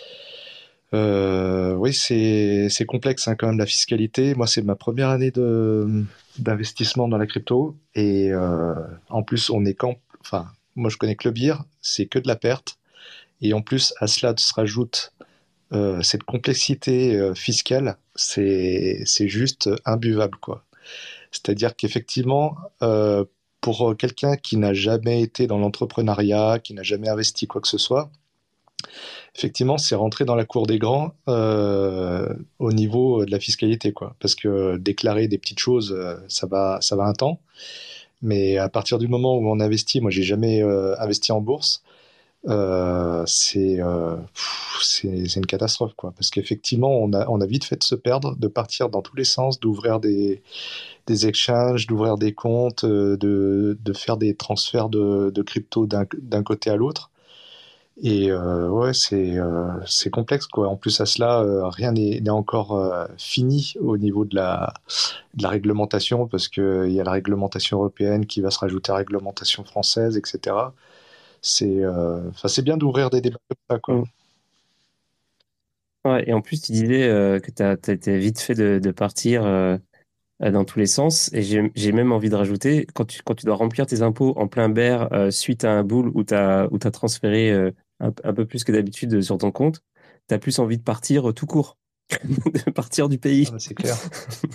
Oui, c'est complexe quand même la fiscalité. Moi, c'est ma première année d'investissement dans la crypto et en plus, moi, je connais que le BIR, c'est que de la perte. Et en plus, à cela se rajoute cette complexité fiscale, c'est juste imbuvable, quoi. C'est-à-dire qu'effectivement, pour quelqu'un qui n'a jamais été dans l'entrepreneuriat, qui n'a jamais investi quoi que ce soit, effectivement, c'est rentrer dans la cour des grands au niveau de la fiscalité, quoi. Parce que déclarer des petites choses, ça va un temps. Mais à partir du moment où on investit, moi, j'ai jamais investi en bourse, c'est une catastrophe, quoi. Parce qu'effectivement, on a vite fait de se perdre, de partir dans tous les sens, d'ouvrir des exchanges, d'ouvrir des comptes, de faire des transferts de crypto d'un côté à l'autre. Et ouais, c'est complexe, quoi. En plus à cela, rien n'est encore fini au niveau de la réglementation, parce qu'il y a la réglementation européenne qui va se rajouter à la réglementation française, etc. C'est bien d'ouvrir des débats comme ça, quoi. Ouais, et en plus, tu disais que t'étais vite fait de partir dans tous les sens. Et j'ai même envie de rajouter, quand tu dois remplir tes impôts en plein bear suite à un bull où t'as transféré un peu plus que d'habitude sur ton compte, t'as plus envie de partir tout court, de partir du pays. Ah, c'est clair.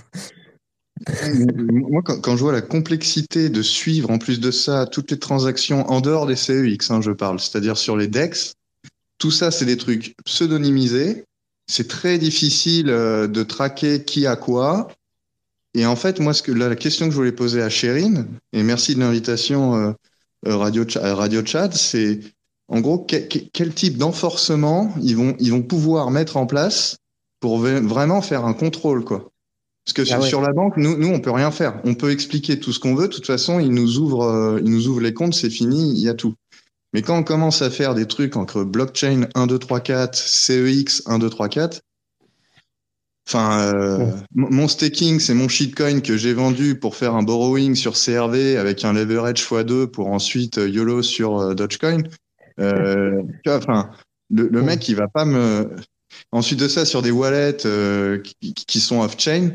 Moi, quand je vois la complexité de suivre, en plus de ça, toutes les transactions en dehors des CEX, je parle, c'est-à-dire sur les DEX, tout ça, c'est des trucs pseudonymisés. C'est très difficile de traquer qui a quoi. Et en fait, moi, la question que je voulais poser à Chérine, et merci de l'invitation Radio Chat, c'est en gros quel type d'enforcement ils vont pouvoir mettre en place pour vraiment faire un contrôle, quoi. Parce que Ah ouais. sur la banque, nous, on peut rien faire. On peut expliquer tout ce qu'on veut. De toute façon, ils nous ouvrent les comptes, c'est fini, il y a tout. Mais quand on commence à faire des trucs entre blockchain 1, 2, 3, 4, CEX 1, 2, 3, 4, enfin, Ouais. mon staking, c'est mon shitcoin que j'ai vendu pour faire un borrowing sur CRV avec un leverage x2 pour ensuite YOLO sur Dogecoin. Tu vois, enfin, le Ouais. mec, il va pas me. Ensuite de ça, sur des wallets qui sont off-chain,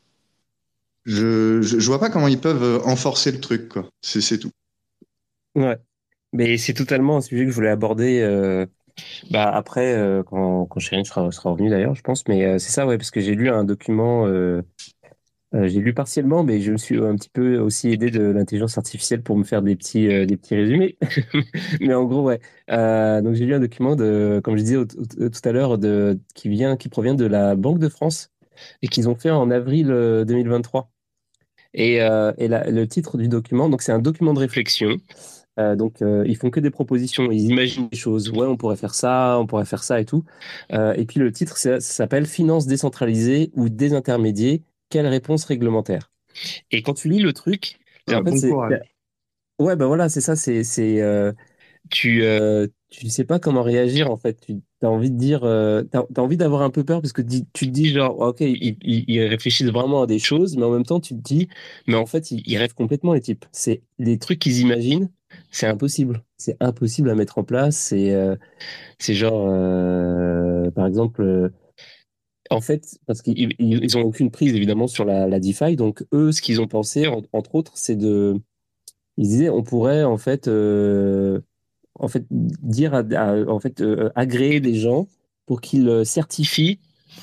je vois pas comment ils peuvent enforcer le truc, quoi. C'est tout. Ouais. Mais c'est totalement un sujet que je voulais aborder après, quand Chérine sera revenue d'ailleurs, je pense. Mais c'est ça, ouais, parce que j'ai lu un document, j'ai lu partiellement, mais je me suis un petit peu aussi aidé de l'intelligence artificielle pour me faire des petits résumés. Mais en gros, ouais. Donc j'ai lu un document comme je disais tout à l'heure, qui provient de la Banque de France et qu'ils ont fait en avril 2023. Le titre du document, donc c'est un document de réflexion. Ils font que des propositions, ils imaginent des choses. Ouais, on pourrait faire ça et tout. Et puis le titre, ça s'appelle Finances décentralisées ou désintermédiées, quelle réponse réglementaire? Et quand tu lis le truc, en fait, Bon courage. ouais, ben voilà, c'est ça, tu sais pas comment réagir en fait. Tu as envie de dire, t'as envie d'avoir un peu peur parce que tu te dis genre, ok, ils réfléchissent vraiment à des choses, mais en même temps tu te dis, mais en fait ils rêvent complètement les types. C'est les trucs qu'ils imaginent, c'est impossible à mettre en place. C'est genre, par exemple, en fait, parce qu'ils ont aucune prise évidemment sur la DeFi, donc eux, ce qu'ils ont pensé, entre autres, ils disaient, on pourrait en fait dire en fait agréer des gens pour qu'ils certifient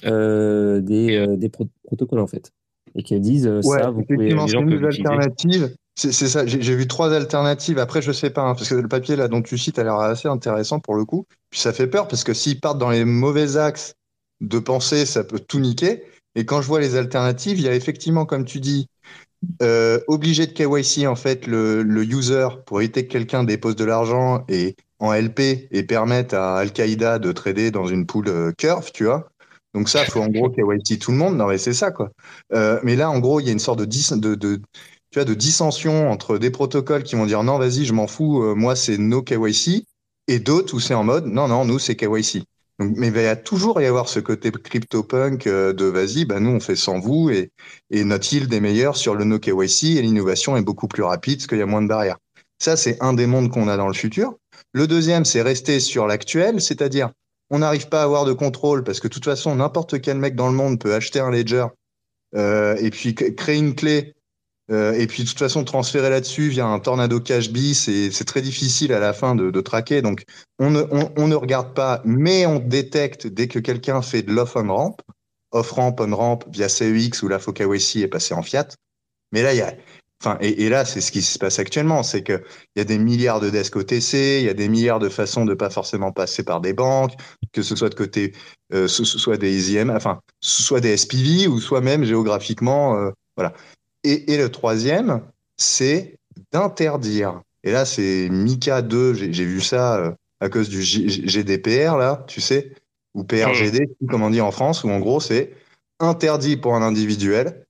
des protocoles en fait et qu'ils disent Ouais, ça effectivement, les c'est gens une peuvent des l'utiliser. alternatives. C'est ça, j'ai vu trois alternatives. Après, je sais pas, hein, parce que le papier là dont tu cites a l'air assez intéressant pour le coup. Puis ça fait peur parce que s'ils partent dans les mauvais axes de pensée, ça peut tout niquer. Et quand je vois les alternatives, il y a effectivement, comme tu dis, obligé de KYC en fait le user pour éviter que quelqu'un dépose de l'argent et en LP et permette à Al-Qaïda de trader dans une pool Curve, tu vois. Donc ça, faut en gros KYC tout le monde. Non mais c'est ça quoi. Mais là, en gros, il y a une sorte tu vois, de dissension entre des protocoles qui vont dire non, vas-y, je m'en fous, moi c'est no KYC, et d'autres où c'est en mode non, non, nous c'est KYC. Donc, mais il va toujours y avoir ce côté CryptoPunk de vas-y, bah nous on fait sans vous et notre yield est meilleur sur le no KYC et l'innovation est beaucoup plus rapide parce qu'il y a moins de barrières. Ça, c'est un des mondes qu'on a dans le futur. Le deuxième, c'est rester sur l'actuel, c'est-à-dire on n'arrive pas à avoir de contrôle parce que de toute façon, n'importe quel mec dans le monde peut acheter un ledger et puis créer une clé et puis de toute façon transférer là-dessus via un Tornado Cash B, c'est très difficile à la fin de traquer. Donc on ne regarde pas, mais on détecte dès que quelqu'un fait de l'off-on-ramp, off-ramp, on-ramp via CEX ou la FOKWC est passé en fiat. Mais là, il y a, enfin, et là, c'est ce qui se passe actuellement, c'est que il y a des milliards de desks OTC, il y a des milliards de façons de pas forcément passer par des banques, que ce soit de côté, ce soit des IM, enfin, soit des SPV ou soit même géographiquement, voilà. Et le troisième, c'est d'interdire. Et là, c'est Mika 2, j'ai vu ça à cause du GDPR, là, tu sais, ou Hmm. PRGD, comme on dit en France, où en gros, c'est interdit pour un individuel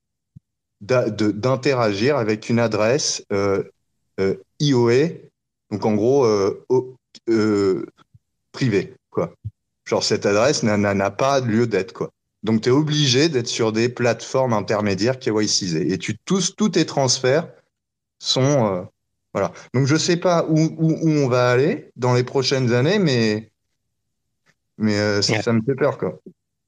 d'interagir avec une adresse IOE, donc en gros euh, privée, quoi. Genre cette adresse n'a pas lieu d'être, quoi. Donc tu es obligé d'être sur des plateformes intermédiaires KYC. Et tous tes transferts sont voilà. Donc je sais pas où on va aller dans les prochaines années, mais Ouais. ça me fait peur, quoi.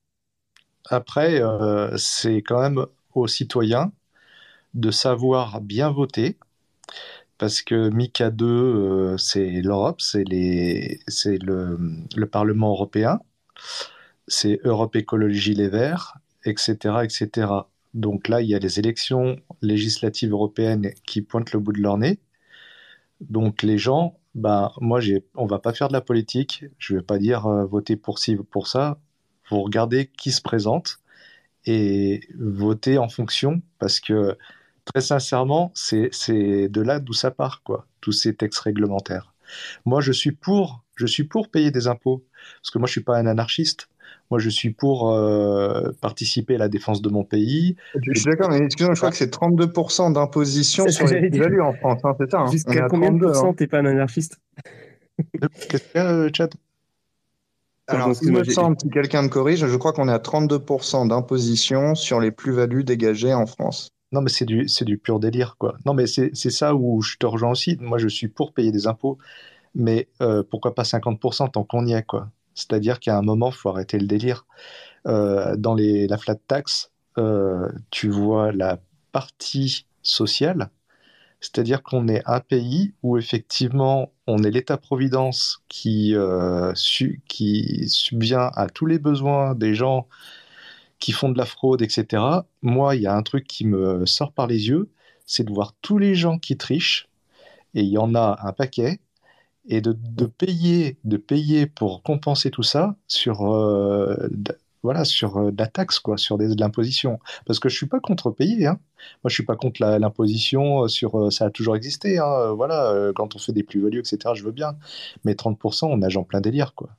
Après, c'est quand même aux citoyens de savoir bien voter, parce que MiCA 2, c'est l'Europe, c'est le Parlement européen, c'est Europe Écologie Les Verts, etc., etc. Donc là, il y a les élections législatives européennes qui pointent le bout de leur nez. Donc les gens, bah, on va pas faire de la politique. Je vais pas dire voter pour ci ou pour ça. Vous regardez qui se présente et voter en fonction, parce que très sincèrement, c'est de là d'où ça part, quoi, tous ces textes réglementaires. Moi, je suis pour payer des impôts, parce que moi, je suis pas un anarchiste. Moi, je suis pour participer à la défense de mon pays. Je suis d'accord, mais excusez-moi, je crois Ah, que c'est 32% d'imposition C'est ce sur que les j'allais dire. plus-values en France, hein, c'est ça, hein. On est Jusqu'à à combien de 32, hein. pourcents t'es pas un anarchiste? qu'est-ce qu'il y a, Chad? Pardon, Alors, il excuse-moi, me semble, si quelqu'un me corrige, je crois qu'on est à 32% d'imposition sur les plus-values dégagées en France. Non, mais c'est du pur délire, quoi. Non, mais c'est ça où je te rejoins aussi. Moi, je suis pour payer des impôts, mais pourquoi pas 50% tant qu'on y est, quoi. C'est-à-dire qu'à un moment, il faut arrêter le délire. Dans la flat tax, tu vois la partie sociale, c'est-à-dire qu'on est un pays où effectivement on est l'État-providence qui subvient à tous les besoins des gens qui font de la fraude, etc. Moi, il y a un truc qui me sort par les yeux, c'est de voir tous les gens qui trichent, et il y en a un paquet, et de payer pour compenser tout ça voilà, sur de la taxe, quoi, sur de l'imposition. Parce que je suis pas contre payer, hein. Moi, je suis pas contre l'imposition ça a toujours existé, hein. Voilà, quand on fait des plus-values, etc., je veux bien. Mais 30%, on nage en plein délire, quoi.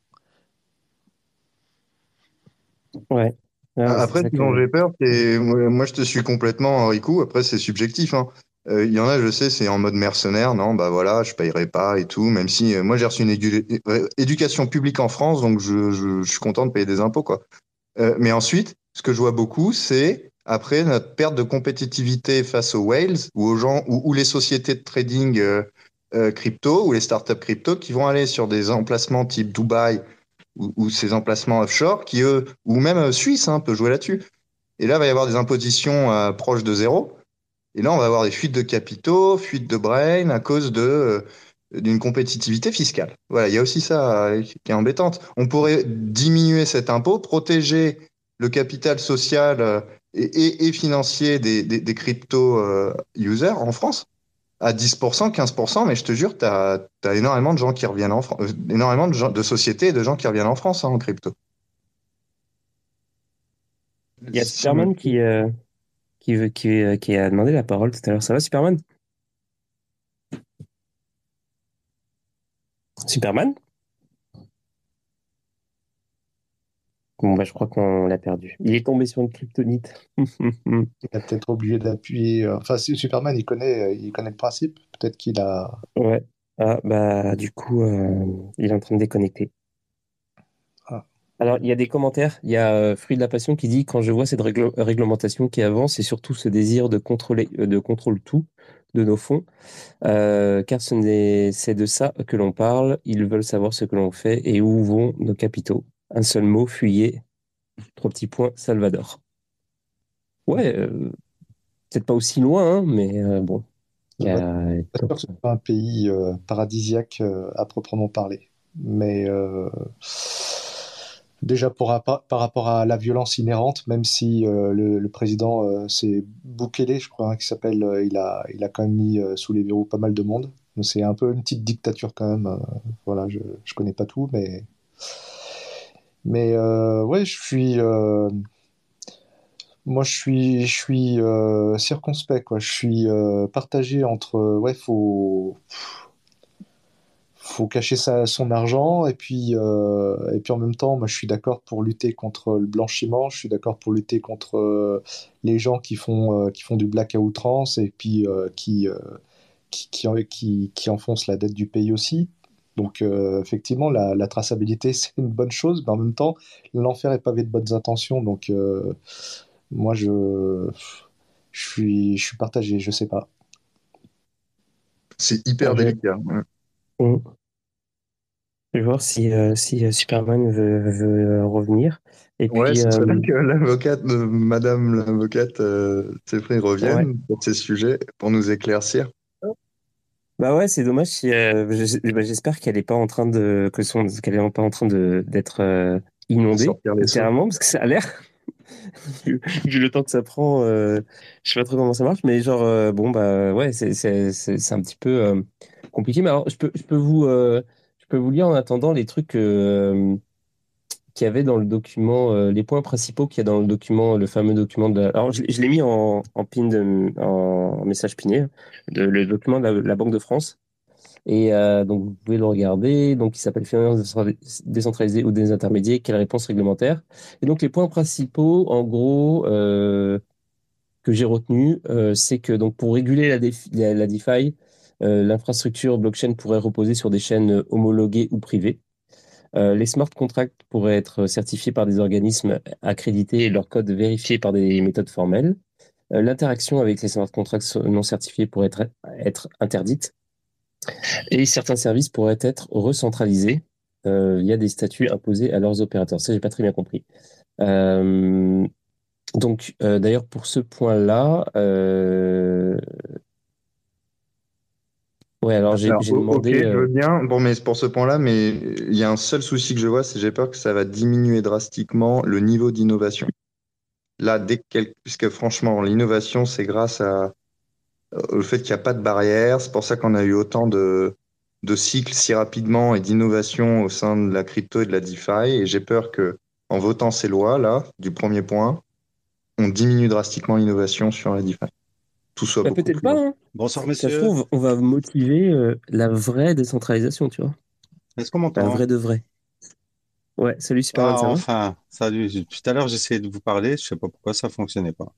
Ouais. Ah, c'est Après, ça ce dont que. j'ai peur, c'est, moi, je te suis complètement, Rico. Après, c'est subjectif, hein. Il y en a, je sais, c'est en mode mercenaire. Non, bah voilà, je payerai pas et tout. Même si, moi, j'ai reçu une éducation publique en France, donc je suis content de payer des impôts, quoi. Mais ensuite, ce que je vois beaucoup, c'est après notre perte de compétitivité face aux whales ou aux gens ou les sociétés de trading crypto ou les startups crypto qui vont aller sur des emplacements type Dubaï ou ces emplacements offshore qui eux ou même Suisse hein, peut jouer là-dessus. Et là, il va y avoir des impositions proches de zéro. Et là, on va avoir des fuites de capitaux, fuites de brain à cause d'une compétitivité fiscale. Voilà, il y a aussi ça qui est embêtante. On pourrait diminuer cet impôt, protéger le capital social et financier des crypto users en France à 10%, 15%, mais je te jure, tu as énormément de gens qui reviennent en France, énormément de sociétés et de gens qui reviennent en France hein, en crypto. Il y a Superman qui a demandé la parole tout à l'heure. Ça va, Superman? Superman? Bon, bah, je crois qu'on l'a perdu. Il est tombé sur une kryptonite. Il a peut-être oublié d'appuyer. Enfin, si Superman, il connaît le principe. Peut-être qu'il a. Ouais. Ah, bah, du coup, il est en train de déconnecter. Ah, Alors, il y a des commentaires. Il y a Fruit de la Passion qui dit, quand je vois cette réglementation qui avance et surtout ce désir de contrôler, de contrôle tout de nos fonds, car c'est de ça que l'on parle. Ils veulent savoir ce que l'on fait et où vont nos capitaux. Un seul mot, fuyez. Trois petits points, Salvador. Ouais, peut-être pas aussi loin, hein, mais bon, il y bah, a. c'est sûr que c'est pas un pays paradisiaque à proprement parler. Mais déjà par rapport à la violence inhérente, même si le président, c'est Bukele, je crois, hein, qui s'appelle, il a quand même mis sous les verrous pas mal de monde. Donc, c'est un peu une petite dictature quand même. Voilà, je connais pas tout, mais ouais, moi, je suis circonspect, quoi. Je suis partagé entre, ouais, faut cacher son argent, et puis en même temps, moi, je suis d'accord pour lutter contre le blanchiment, je suis d'accord pour lutter contre les gens qui font du black à outrance, et puis qui enfoncent la dette du pays aussi. Donc, effectivement, la traçabilité, c'est une bonne chose, mais en même temps, l'enfer est pavé de bonnes intentions. Donc, moi, je suis partagé, je sais pas. C'est Ah, hyper délicat. Ouais. je vais voir si Superman veut revenir. Et Ouais, puis, ce serait bien que l'avocate, Madame l'avocate Seyfried ouais. revienne pour ces sujets, pour nous éclaircir. Bah ouais, c'est dommage si bah, j'espère qu'elle est pas en train qu'elle est pas en train d'être De inondée sortir les sous. littéralement parce que ça a l'air vu le temps que ça prend je sais pas trop comment ça marche mais genre bon bah ouais c'est un petit peu compliqué mais alors je peux vous lire en attendant les trucs qu'il y avait dans le document les points principaux qu'il y a dans le document le fameux document alors je l'ai mis en message piné le document de la Banque de France. Et donc, vous pouvez le regarder. Donc, il s'appelle Finance décentralisée ou désintermédiée. Quelle réponse réglementaire? Et donc, les points principaux, en gros, que j'ai retenus, c'est que donc pour réguler la DeFi, l'infrastructure blockchain pourrait reposer sur des chaînes homologuées ou privées. Les smart contracts pourraient être certifiés par des organismes accrédités et leur code vérifié par des méthodes formelles. L'interaction avec les smart contracts non certifiés pourrait être interdite. Et certains services pourraient être recentralisés via des statuts imposés à leurs opérateurs. Ça, j'ai pas très bien compris. D'ailleurs, pour ce point-là, ouais, alors j'ai Ok, demandé. je veux bien. Bon, mais c'est pour ce point-là, mais il y a un seul souci que je vois, c'est j'ai peur que ça va diminuer drastiquement le niveau d'innovation. Là, puisque franchement, l'innovation, c'est grâce au fait qu'il n'y a pas de barrière. C'est pour ça qu'on a eu autant de cycles si rapidement et d'innovation au sein de la crypto et de la DeFi. Et j'ai peur que, en votant ces lois, là, du premier point, on diminue drastiquement l'innovation sur la DeFi. Tout soit Bah, beaucoup peut-être plus pas, lent. hein. Bonsoir, Ça se monsieur. trouve, on va motiver la vraie décentralisation, tu vois. Est-ce qu'on La m'entend? vraie de vraie. Ouais, salut Superman, Ah, ça va? enfin, salut. Depuis tout à l'heure, j'essayais de vous parler. Je sais pas pourquoi ça fonctionnait pas.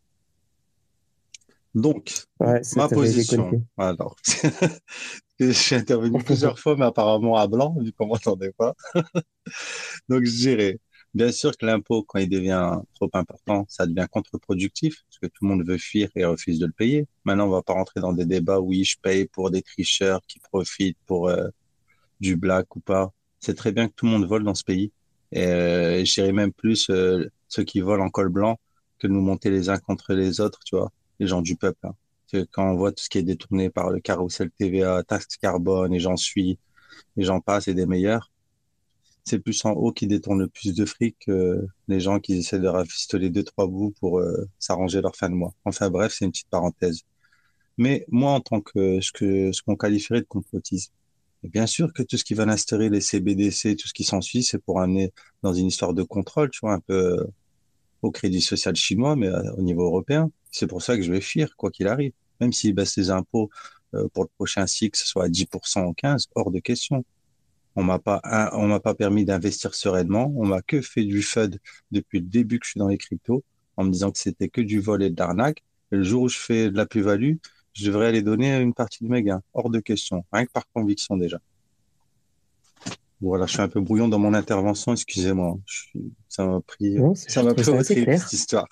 Donc, Ouais, ma ça fait déconnecter. position. Alors, je suis intervenu plusieurs fois, mais apparemment à blanc, vu qu'on m'entendait pas. Donc, je dirais, bien sûr que l'impôt, quand il devient trop important, ça devient contre-productif, parce que tout le monde veut fuir et refuse de le payer. Maintenant, on va pas rentrer dans des débats, oui, je paye pour des tricheurs qui profitent pour du black ou pas. C'est très bien que tout le monde vole dans ce pays. Et je dirais même plus ceux qui volent en col blanc que de nous monter les uns contre les autres, tu vois, les gens du peuple. Hein. Parce que quand on voit tout ce qui est détourné par le carrousel TVA, taxe carbone, et j'en suis, et j'en passe, et des meilleurs, c'est plus en haut qui détournent le plus de fric que les gens qui essaient de rafistoler deux, trois bouts pour s'arranger leur fin de mois. Enfin bref, c'est une petite parenthèse. Mais moi, en tant que ce qu'on qualifierait de complotisme, et bien sûr que tout ce qui va instaurer les CBDC, tout ce qui s'ensuit, c'est pour amener dans une histoire de contrôle, tu vois, un peu au crédit social chinois, mais au niveau européen. C'est pour ça que je vais fuir, quoi qu'il arrive. Même s'ils baissent les impôts pour le prochain cycle, que ce soit à 10% ou 15%, hors de question. On m'a pas permis d'investir sereinement. On m'a que fait du FUD depuis le début que je suis dans les cryptos, en me disant que c'était que du vol et de l'arnaque. Et le jour où je fais de la plus-value, je devrais aller donner une partie de mes gains. Hors de question. Rien que par conviction déjà. Voilà, je suis un peu brouillon dans mon intervention, excusez-moi. Non, Ça je m'a trouvais pris ça au assez trip, clair. cette histoire.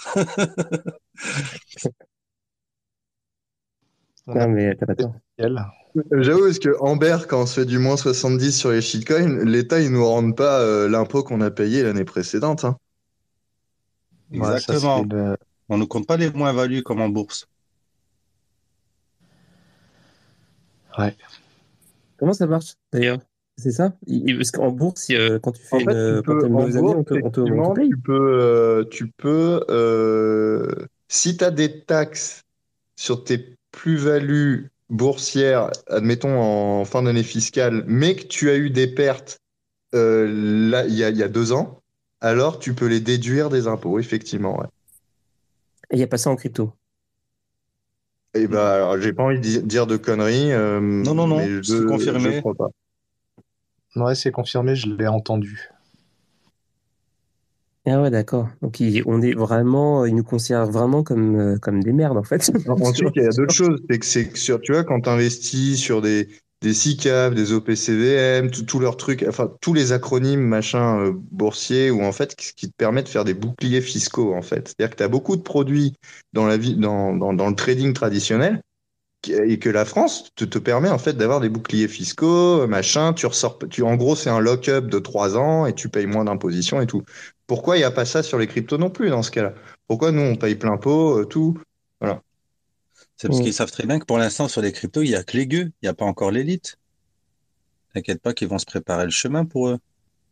On a Non, mais t'as pas tort. elle. J'avoue, parce que Amber, quand on se fait du moins 70 sur les shitcoins, l'État, il nous rend pas l'impôt qu'on a payé l'année précédente. Hein. Ouais, ça c'est Exactement. On ne compte pas les moins-values comme en bourse. ouais. Comment ça marche, d'ailleurs? C'est ça? Parce qu'en bourse, quand tu En fais fait, quand t'as une en mauvaise année, bourse, on te effectivement, paye. si tu as des taxes sur tes plus-values boursières, admettons en fin d'année fiscale, mais que tu as eu des pertes là, il y a 2 ans, alors tu peux les déduire des impôts, effectivement. Ouais. Et il n'y a pas ça en crypto. Et Non, bah, alors, j'ai pas envie de dire de conneries, non, non, mais non, c'est je confirmé. crois pas. Ouais, c'est confirmé, je l'ai entendu. Ah ouais, d'accord. Donc, ils nous considèrent vraiment comme des merdes, en fait. Tu Ensuite, vois. il y a d'autres choses. C'est que sur, tu vois, quand tu investis sur des SICAV, des OPCVM, tous leurs trucs, enfin, tous les acronymes, machin, boursiers, ou en fait, qui te permettent de faire des boucliers fiscaux, en fait. C'est-à-dire que tu as beaucoup de produits dans la vie, dans le trading traditionnel, et que la France te permet, en fait, d'avoir des boucliers fiscaux, machin, en gros, c'est un lock-up de 3 ans et tu payes moins d'imposition et tout. Pourquoi il n'y a pas ça sur les cryptos non plus, dans ce cas-là? Pourquoi nous, on paye plein pot, tout? Voilà. C'est parce Mm. qu'ils savent très bien que pour l'instant, sur les cryptos, il n'y a que les gueux, il n'y a pas encore l'élite. T'inquiète pas qu'ils vont se préparer le chemin pour eux.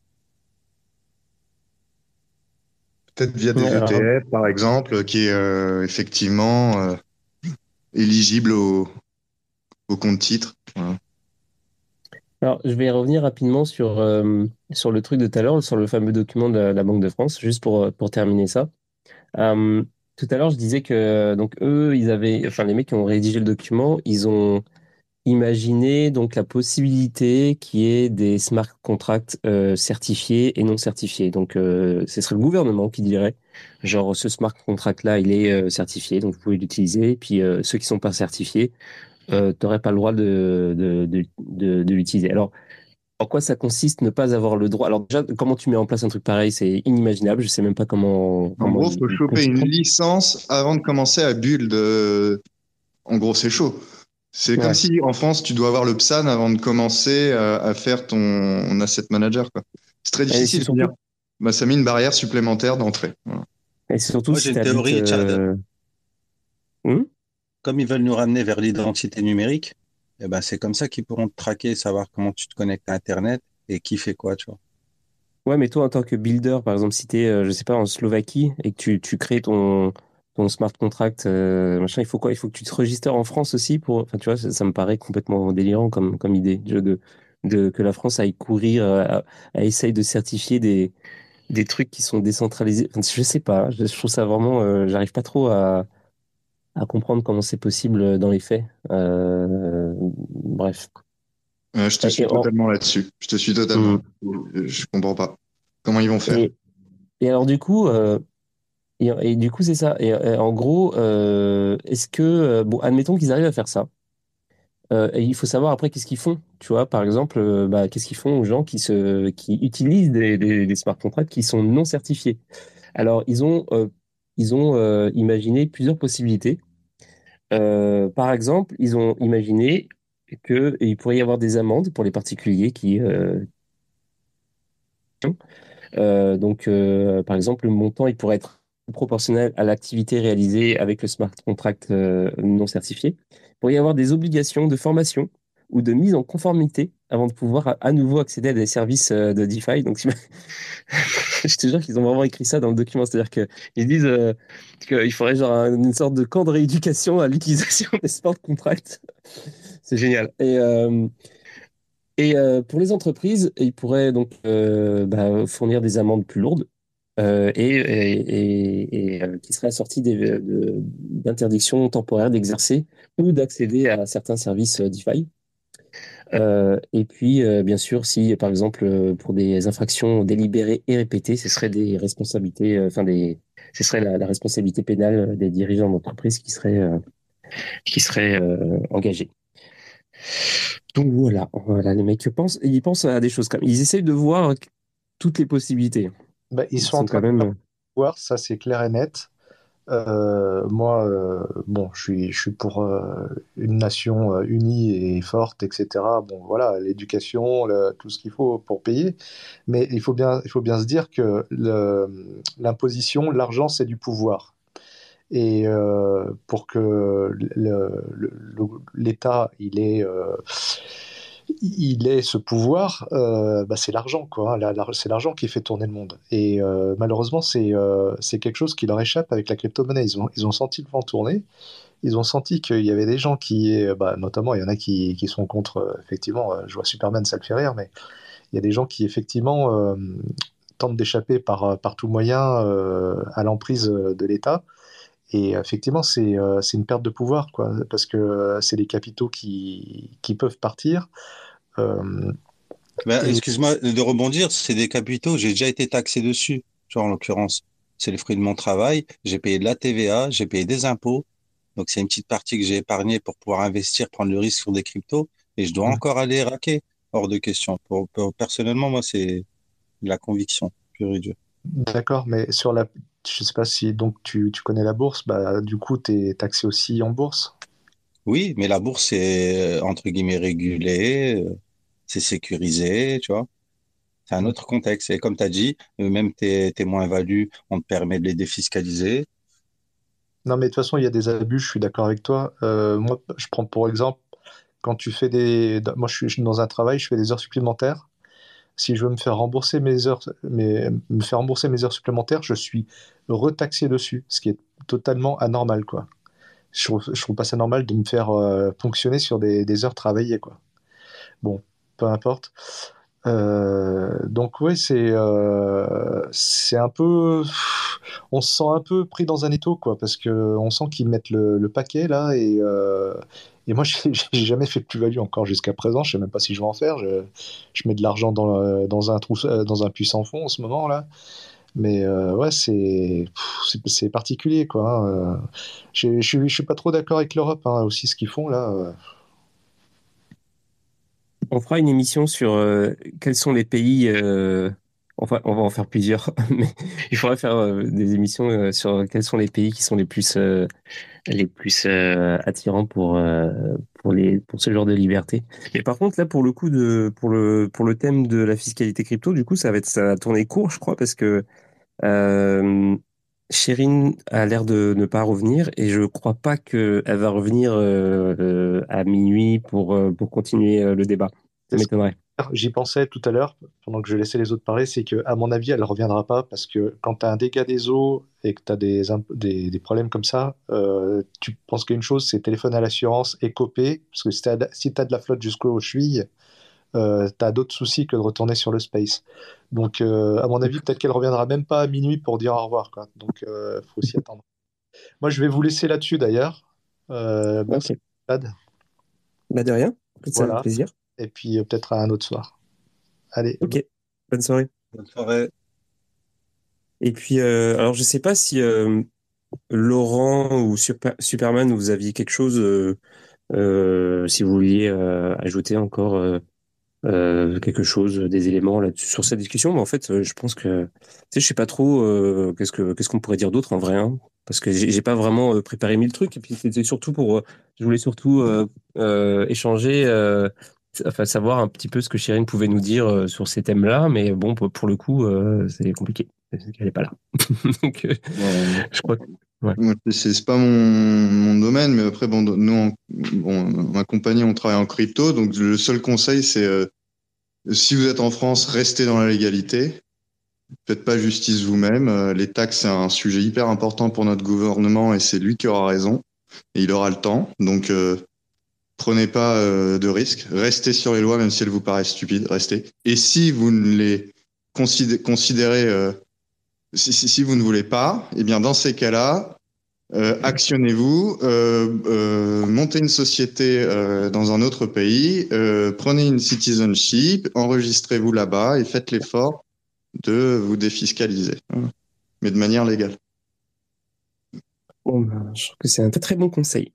Peut-être via Ouais, des ETF, par exemple, qui est effectivement éligible au compte titre. Voilà. alors, je vais revenir rapidement sur le truc de tout à l'heure, sur le fameux document de la Banque de France, juste pour terminer ça. Euh, Tout à l'heure, je disais que donc eux, enfin les mecs qui ont rédigé le document, imaginer donc la possibilité qu'il y ait des smart contracts certifiés et non certifiés. Donc, ce serait le gouvernement qui dirait, genre, ce smart contract-là, il est certifié, donc vous pouvez l'utiliser. Puis ceux qui sont pas certifiés, t'aurais pas le droit de l'utiliser. Alors, en quoi ça consiste, ne pas avoir le droit? Alors déjà, comment tu mets en place un truc pareil, c'est inimaginable. Je sais même pas comment En comment gros, faut ils choper une conçoivent. licence avant de commencer à build. En gros, c'est chaud. C'est comme Ouais. si en France, tu dois avoir le PSAN avant de commencer à faire ton asset manager, quoi. C'est très Et c'est difficile de dire. surtout, Bah, ça met une barrière supplémentaire d'entrée. Voilà. et c'est surtout Moi, j'ai si une tu habites. théorie, Chad. Hmm. Comme ils veulent nous ramener vers l'identité numérique, eh ben, c'est comme ça qu'ils pourront te traquer, savoir comment tu te connectes à Internet et qui fait quoi, tu vois. Ouais, mais toi, en tant que builder, par exemple, si tu es, je sais pas, en Slovaquie et que tu crées ton smart contract, machin, il faut quoi? Il faut que tu te registres en France aussi pour. Enfin, tu vois, ça me paraît complètement délirant comme idée que la France aille courir, à essayer de certifier des trucs qui sont décentralisés. Enfin, je sais pas, je trouve ça vraiment. J'arrive pas trop à comprendre comment c'est possible dans les faits. Bref. Je te suis Et, en- totalement là-dessus. Je te suis totalement. hmm. Je comprends pas. Comment ils vont faire? et, et alors, du coup. Et du coup, c'est ça. Et en gros, est-ce que, bon, admettons qu'ils arrivent à faire ça. Et il faut savoir après qu'est-ce qu'ils font. Tu vois, par exemple, bah, qu'est-ce qu'ils font aux gens qui utilisent des smart contracts qui sont non certifiés. Alors, ils ont imaginé plusieurs possibilités. Par exemple, ils ont imaginé qu'il pourrait y avoir des amendes pour les particuliers par exemple, le montant, il pourrait être proportionnel à l'activité réalisée avec le smart contract non certifié. Il pourrait y avoir des obligations de formation ou de mise en conformité avant de pouvoir à nouveau accéder à des services de DeFi. Donc, je te jure qu'ils ont vraiment écrit ça dans le document. C'est-à-dire qu'ils disent qu'il faudrait genre une sorte de camp de rééducation à l'utilisation des smart contracts. C'est génial. Et pour les entreprises, ils pourraient donc fournir des amendes plus lourdes qui seraient assorties d'interdictions temporaires d'exercer ou d'accéder à certains services DeFi. Et puis, bien sûr, si par exemple pour des infractions délibérées et répétées, ce serait des responsabilités, ce serait la responsabilité pénale des dirigeants d'entreprise qui serait engagée. Donc voilà, les mecs ils pensent à des choses comme ils essayent de voir toutes les possibilités. Bah, ils Ils sont en sont train quand de même. voir, ça c'est clair et net. Moi, bon, je suis pour une nation unie et forte, etc. Bon, voilà, l'éducation, tout ce qu'il faut pour payer. Mais il faut bien se dire que l'imposition, l'argent, c'est du pouvoir. Et pour que l'État il ait ce pouvoir, bah, c'est l'argent, quoi, hein. C'est l'argent qui fait tourner le monde. Et malheureusement, c'est quelque chose qui leur échappe avec la crypto-monnaie. Ils ont senti le vent tourner. Ils ont senti qu'il y avait des gens bah, notamment, il y en a qui sont contre, effectivement, je vois Superman, ça le fait rire, mais il y a des gens qui, effectivement, tentent d'échapper par tout moyen à l'emprise de l'État. Et effectivement, c'est une perte de pouvoir, quoi, parce que c'est les capitaux qui peuvent partir. Euh, Ben, et excuse-moi de rebondir, c'est des capitaux, j'ai déjà été taxé dessus. Genre, en l'occurrence, c'est le fruit de mon travail. J'ai payé de la TVA, j'ai payé des impôts. Donc, c'est une petite partie que j'ai épargnée pour pouvoir investir, prendre le risque sur des cryptos. Et je dois encore aller raquer. Hors de question. Personnellement, moi, c'est de la conviction, pure et dure. d'accord, mais je sais pas si donc tu connais la bourse, bah du coup tu es taxé aussi en bourse. Oui, mais la bourse, c'est entre guillemets régulé, c'est sécurisé, tu vois. C'est un autre contexte. Et comme tu as dit, même tes moins-values, on te permet de les défiscaliser. Non, mais de toute façon il y a des abus. Je suis d'accord avec toi. Moi, je prends pour exemple quand tu fais moi je suis dans un travail, je fais des heures supplémentaires. Si je veux me faire rembourser me faire rembourser mes heures supplémentaires, je suis retaxé dessus, ce qui est totalement anormal, quoi. Je trouve pas ça normal de me faire ponctionner sur des heures travaillées, quoi. Bon, peu importe. Donc ouais, c'est un peu, on se sent un peu pris dans un étau quoi, parce que on sent qu'ils mettent le paquet là et moi j'ai jamais fait de plus-value encore jusqu'à présent. Je sais même pas si je vais en faire. Je mets de l'argent dans un trou, dans un puits sans fond en ce moment là. Mais ouais, c'est particulier quoi. Hein. Je suis pas trop d'accord avec l'Europe hein, aussi ce qu'ils font là. On fera une émission sur quels sont les pays. Enfin, on va en faire plusieurs, mais il faudrait faire des émissions sur quels sont les pays qui sont les plus attirants pour ce genre de liberté. Mais par contre, là, pour le coup pour le thème de la fiscalité crypto, du coup, ça va tourner court, je crois, parce que euh, Chérine a l'air de ne pas revenir et je crois pas qu'elle va revenir à minuit pour continuer le débat. Ça m'étonnerait. J'y pensais tout à l'heure, pendant que je laissais les autres parler, c'est que, à mon avis, elle ne reviendra pas parce que quand tu as un dégât des eaux et que tu as des problèmes comme ça, tu penses qu'une chose, c'est téléphoner à l'assurance et coper, parce que si tu as de la flotte jusqu'aux chevilles, tu as d'autres soucis que de retourner sur le space. Donc, à mon avis, peut-être qu'elle reviendra même pas à minuit pour dire au revoir, quoi. Donc, faut s'y attendre. Moi, je vais vous laisser là-dessus d'ailleurs. Merci, Ok. Tad. Bah de rien. Ça fait Voilà. plaisir. Et puis, peut-être à un autre soir. Allez. Ok. Bonne soirée. Bonne soirée. Et puis, alors je sais pas si Laurent ou Superman, vous aviez quelque chose, si vous vouliez ajouter encore quelque chose, des éléments là sur cette discussion. Mais en fait, je pense que, tu sais, je sais pas trop qu'est-ce qu'on pourrait dire d'autre en vrai, hein, parce que j'ai pas vraiment préparé mille trucs. Et puis c'était surtout je voulais surtout échanger. Enfin, savoir un petit peu ce que Chérine pouvait nous dire sur ces thèmes-là, mais bon, pour le coup, c'est compliqué. C'est qu'elle n'est pas là. Donc, Bon, je crois que... Ouais. moi, c'est pas mon domaine, mais après, bon, nous, bon, ma compagnie, on travaille en crypto, donc le seul conseil, c'est si vous êtes en France, restez dans la légalité. Faites pas justice vous-même. Les taxes, c'est un sujet hyper important pour notre gouvernement et c'est lui qui aura raison. Et il aura le temps. Donc, prenez pas de risques. Restez sur les lois, même si elles vous paraissent stupides. Restez. Et si vous ne les considérez, si vous ne voulez pas, eh bien, dans ces cas-là, actionnez-vous, montez une société dans un autre pays, prenez une citizenship, enregistrez-vous là-bas et faites l'effort de vous défiscaliser, hein, mais de manière légale. Bon, ben, je trouve que c'est un très très bon conseil.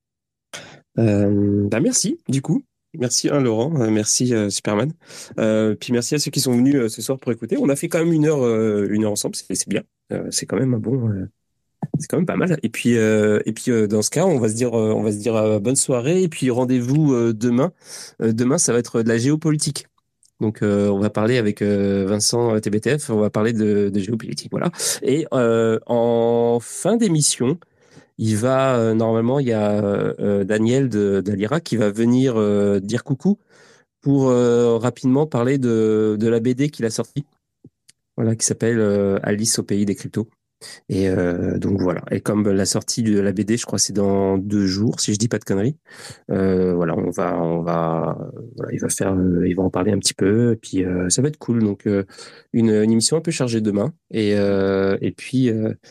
Bah merci, du coup. Merci hein, Laurent, merci Superman. Puis merci à ceux qui sont venus ce soir pour écouter. On a fait quand même une heure ensemble, c'est bien. C'est quand même un bon, c'est quand même pas mal. Et puis dans ce cas, on va se dire bonne soirée. Et puis rendez-vous demain. Demain, ça va être de la géopolitique. Donc on va parler avec Vincent TBTF. On va parler de géopolitique, voilà. Et en fin d'émission. Normalement, il y a Daniel d'Alira qui va venir dire coucou pour rapidement parler de la BD qu'il a sortie, voilà, qui s'appelle Alice au pays des cryptos. Et donc voilà. Et comme la sortie de la BD, je crois, c'est dans 2 jours, si je dis pas de conneries. Voilà, voilà, il va en parler un petit peu. Et puis ça va être cool. Donc une émission un peu chargée demain. Et puis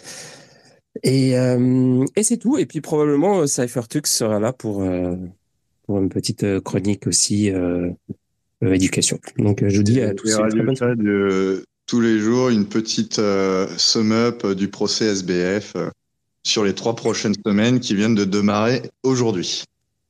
et c'est tout. Et puis probablement Cyphertux sera là pour une petite chronique aussi éducation. Donc je vous dis à Et tous une très Radio bonne soirée. Chad, tous les jours, une petite sum-up du procès SBF sur les 3 prochaines semaines qui viennent de démarrer aujourd'hui.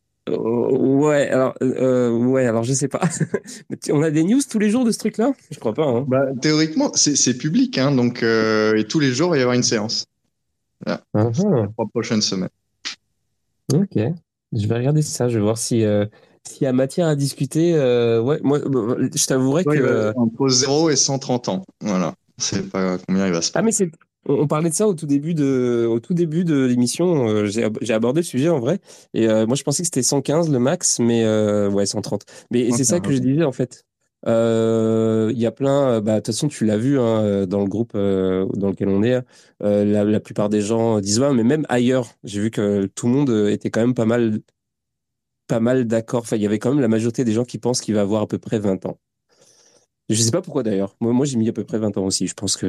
Ouais, alors je sais pas. On a des news tous les jours de ce truc-là? Je crois pas, hein. Bah, théoriquement, c'est public, hein, donc et tous les jours, il va y avoir une séance. Voilà, Ah, les ah. 3 prochaines semaines. Ok. Je vais regarder ça. Je vais voir si s'il y a matière à discuter. Ouais, moi, je t'avouerai Ouais, que il va y avoir entre 0 et 130 ans. Voilà. C'est pas combien il va se ah mais c'est on parlait de ça au tout début de l'émission. J'ai abordé le sujet en vrai et moi je pensais que c'était 115 le max, mais ouais 130. Mais c'est ça que je prendre. disais en fait. Il y a plein. Bah de toute façon tu l'as vu hein, dans le groupe dans lequel on est. La plupart des gens disent ouais, mais même ailleurs, j'ai vu que tout le monde était quand même pas mal d'accord. Enfin il y avait quand même la majorité des gens qui pensent qu'il va avoir à peu près 20 ans. Je sais pas pourquoi d'ailleurs. Moi j'ai mis à peu près 20 ans aussi. Je pense que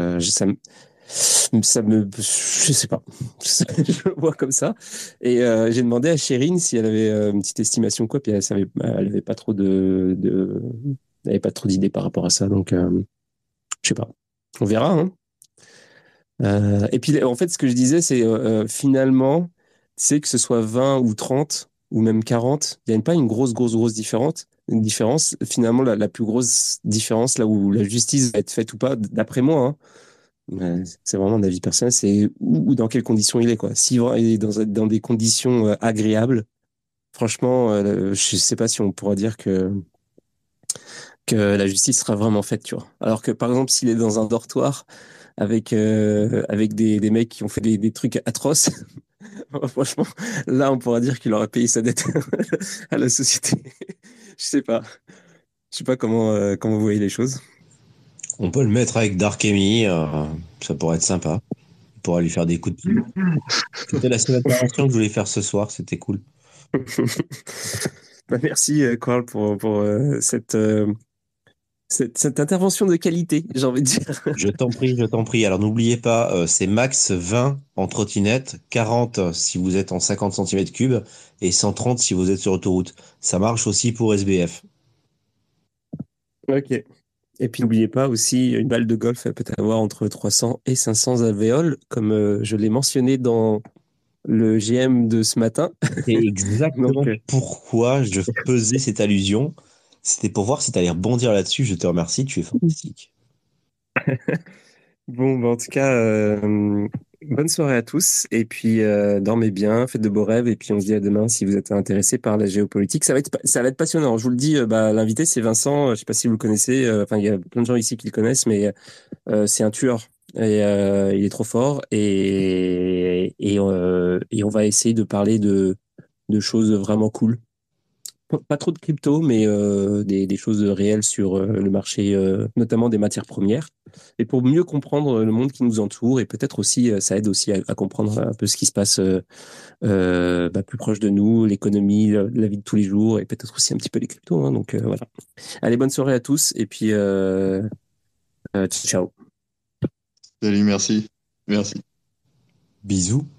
je sais pas. Je le vois comme ça. Et j'ai demandé à Chérine si elle avait une petite estimation quoi, puis elle avait pas trop elle avait pas trop d'idées par rapport à ça. Donc, je sais pas. On verra, hein. Et puis, en fait, ce que je disais, c'est finalement, tu sais, que ce soit 20 ou 30 ou même 40, il n'y a pas une grosse différence. Une différence. Finalement, la plus grosse différence, là où la justice va être faite ou pas, d'après moi, hein, c'est vraiment un avis personnel, c'est où dans quelles conditions il est, quoi. S'il est dans des conditions agréables, franchement, je sais pas si on pourra dire que la justice sera vraiment faite, tu vois. Alors que, par exemple, s'il est dans un dortoir, avec des mecs qui ont fait des trucs atroces. Franchement, là, on pourra dire qu'il aurait payé sa dette à la société. Je sais pas. Je sais pas comment vous voyez les choses. On peut le mettre avec Dark Amy, ça pourrait être sympa. On pourra lui faire des coups de pied. C'était la seule intervention que je voulais faire ce soir, c'était cool. Bah, merci, Carl, pour cette intervention de qualité, j'ai envie de dire. Je t'en prie, je t'en prie. Alors n'oubliez pas, c'est max 20 en trottinette, 40 si vous êtes en 50 cm3 et 130 si vous êtes sur autoroute. Ça marche aussi pour SBF. Ok. Et puis n'oubliez pas aussi, une balle de golf, elle peut avoir entre 300 et 500 alvéoles, comme je l'ai mentionné dans le GM de ce matin. C'est Donc, exactement pourquoi je faisais cette allusion. C'était pour voir si tu allais rebondir là-dessus. Je te remercie, tu es fantastique. bon, bah, en tout cas, bonne soirée à tous. Et puis, dormez bien, faites de beaux rêves. Et puis, on se dit à demain si vous êtes intéressés par la géopolitique. Ça va être passionnant. Je vous le dis, bah, l'invité, c'est Vincent. Je sais pas si vous le connaissez. Enfin, il y a plein de gens ici qui le connaissent, mais c'est un tueur. Et il est trop fort. Et on va essayer de parler de choses vraiment cool. Pas trop de crypto, mais des choses réelles sur le marché, notamment des matières premières. Et pour mieux comprendre le monde qui nous entoure, et peut-être aussi, ça aide aussi à comprendre un peu ce qui se passe bah, plus proche de nous, l'économie, la vie de tous les jours, et peut-être aussi un petit peu les cryptos, hein. Donc voilà. Allez, bonne soirée à tous, et puis ciao. Salut, merci. Merci. Bisous.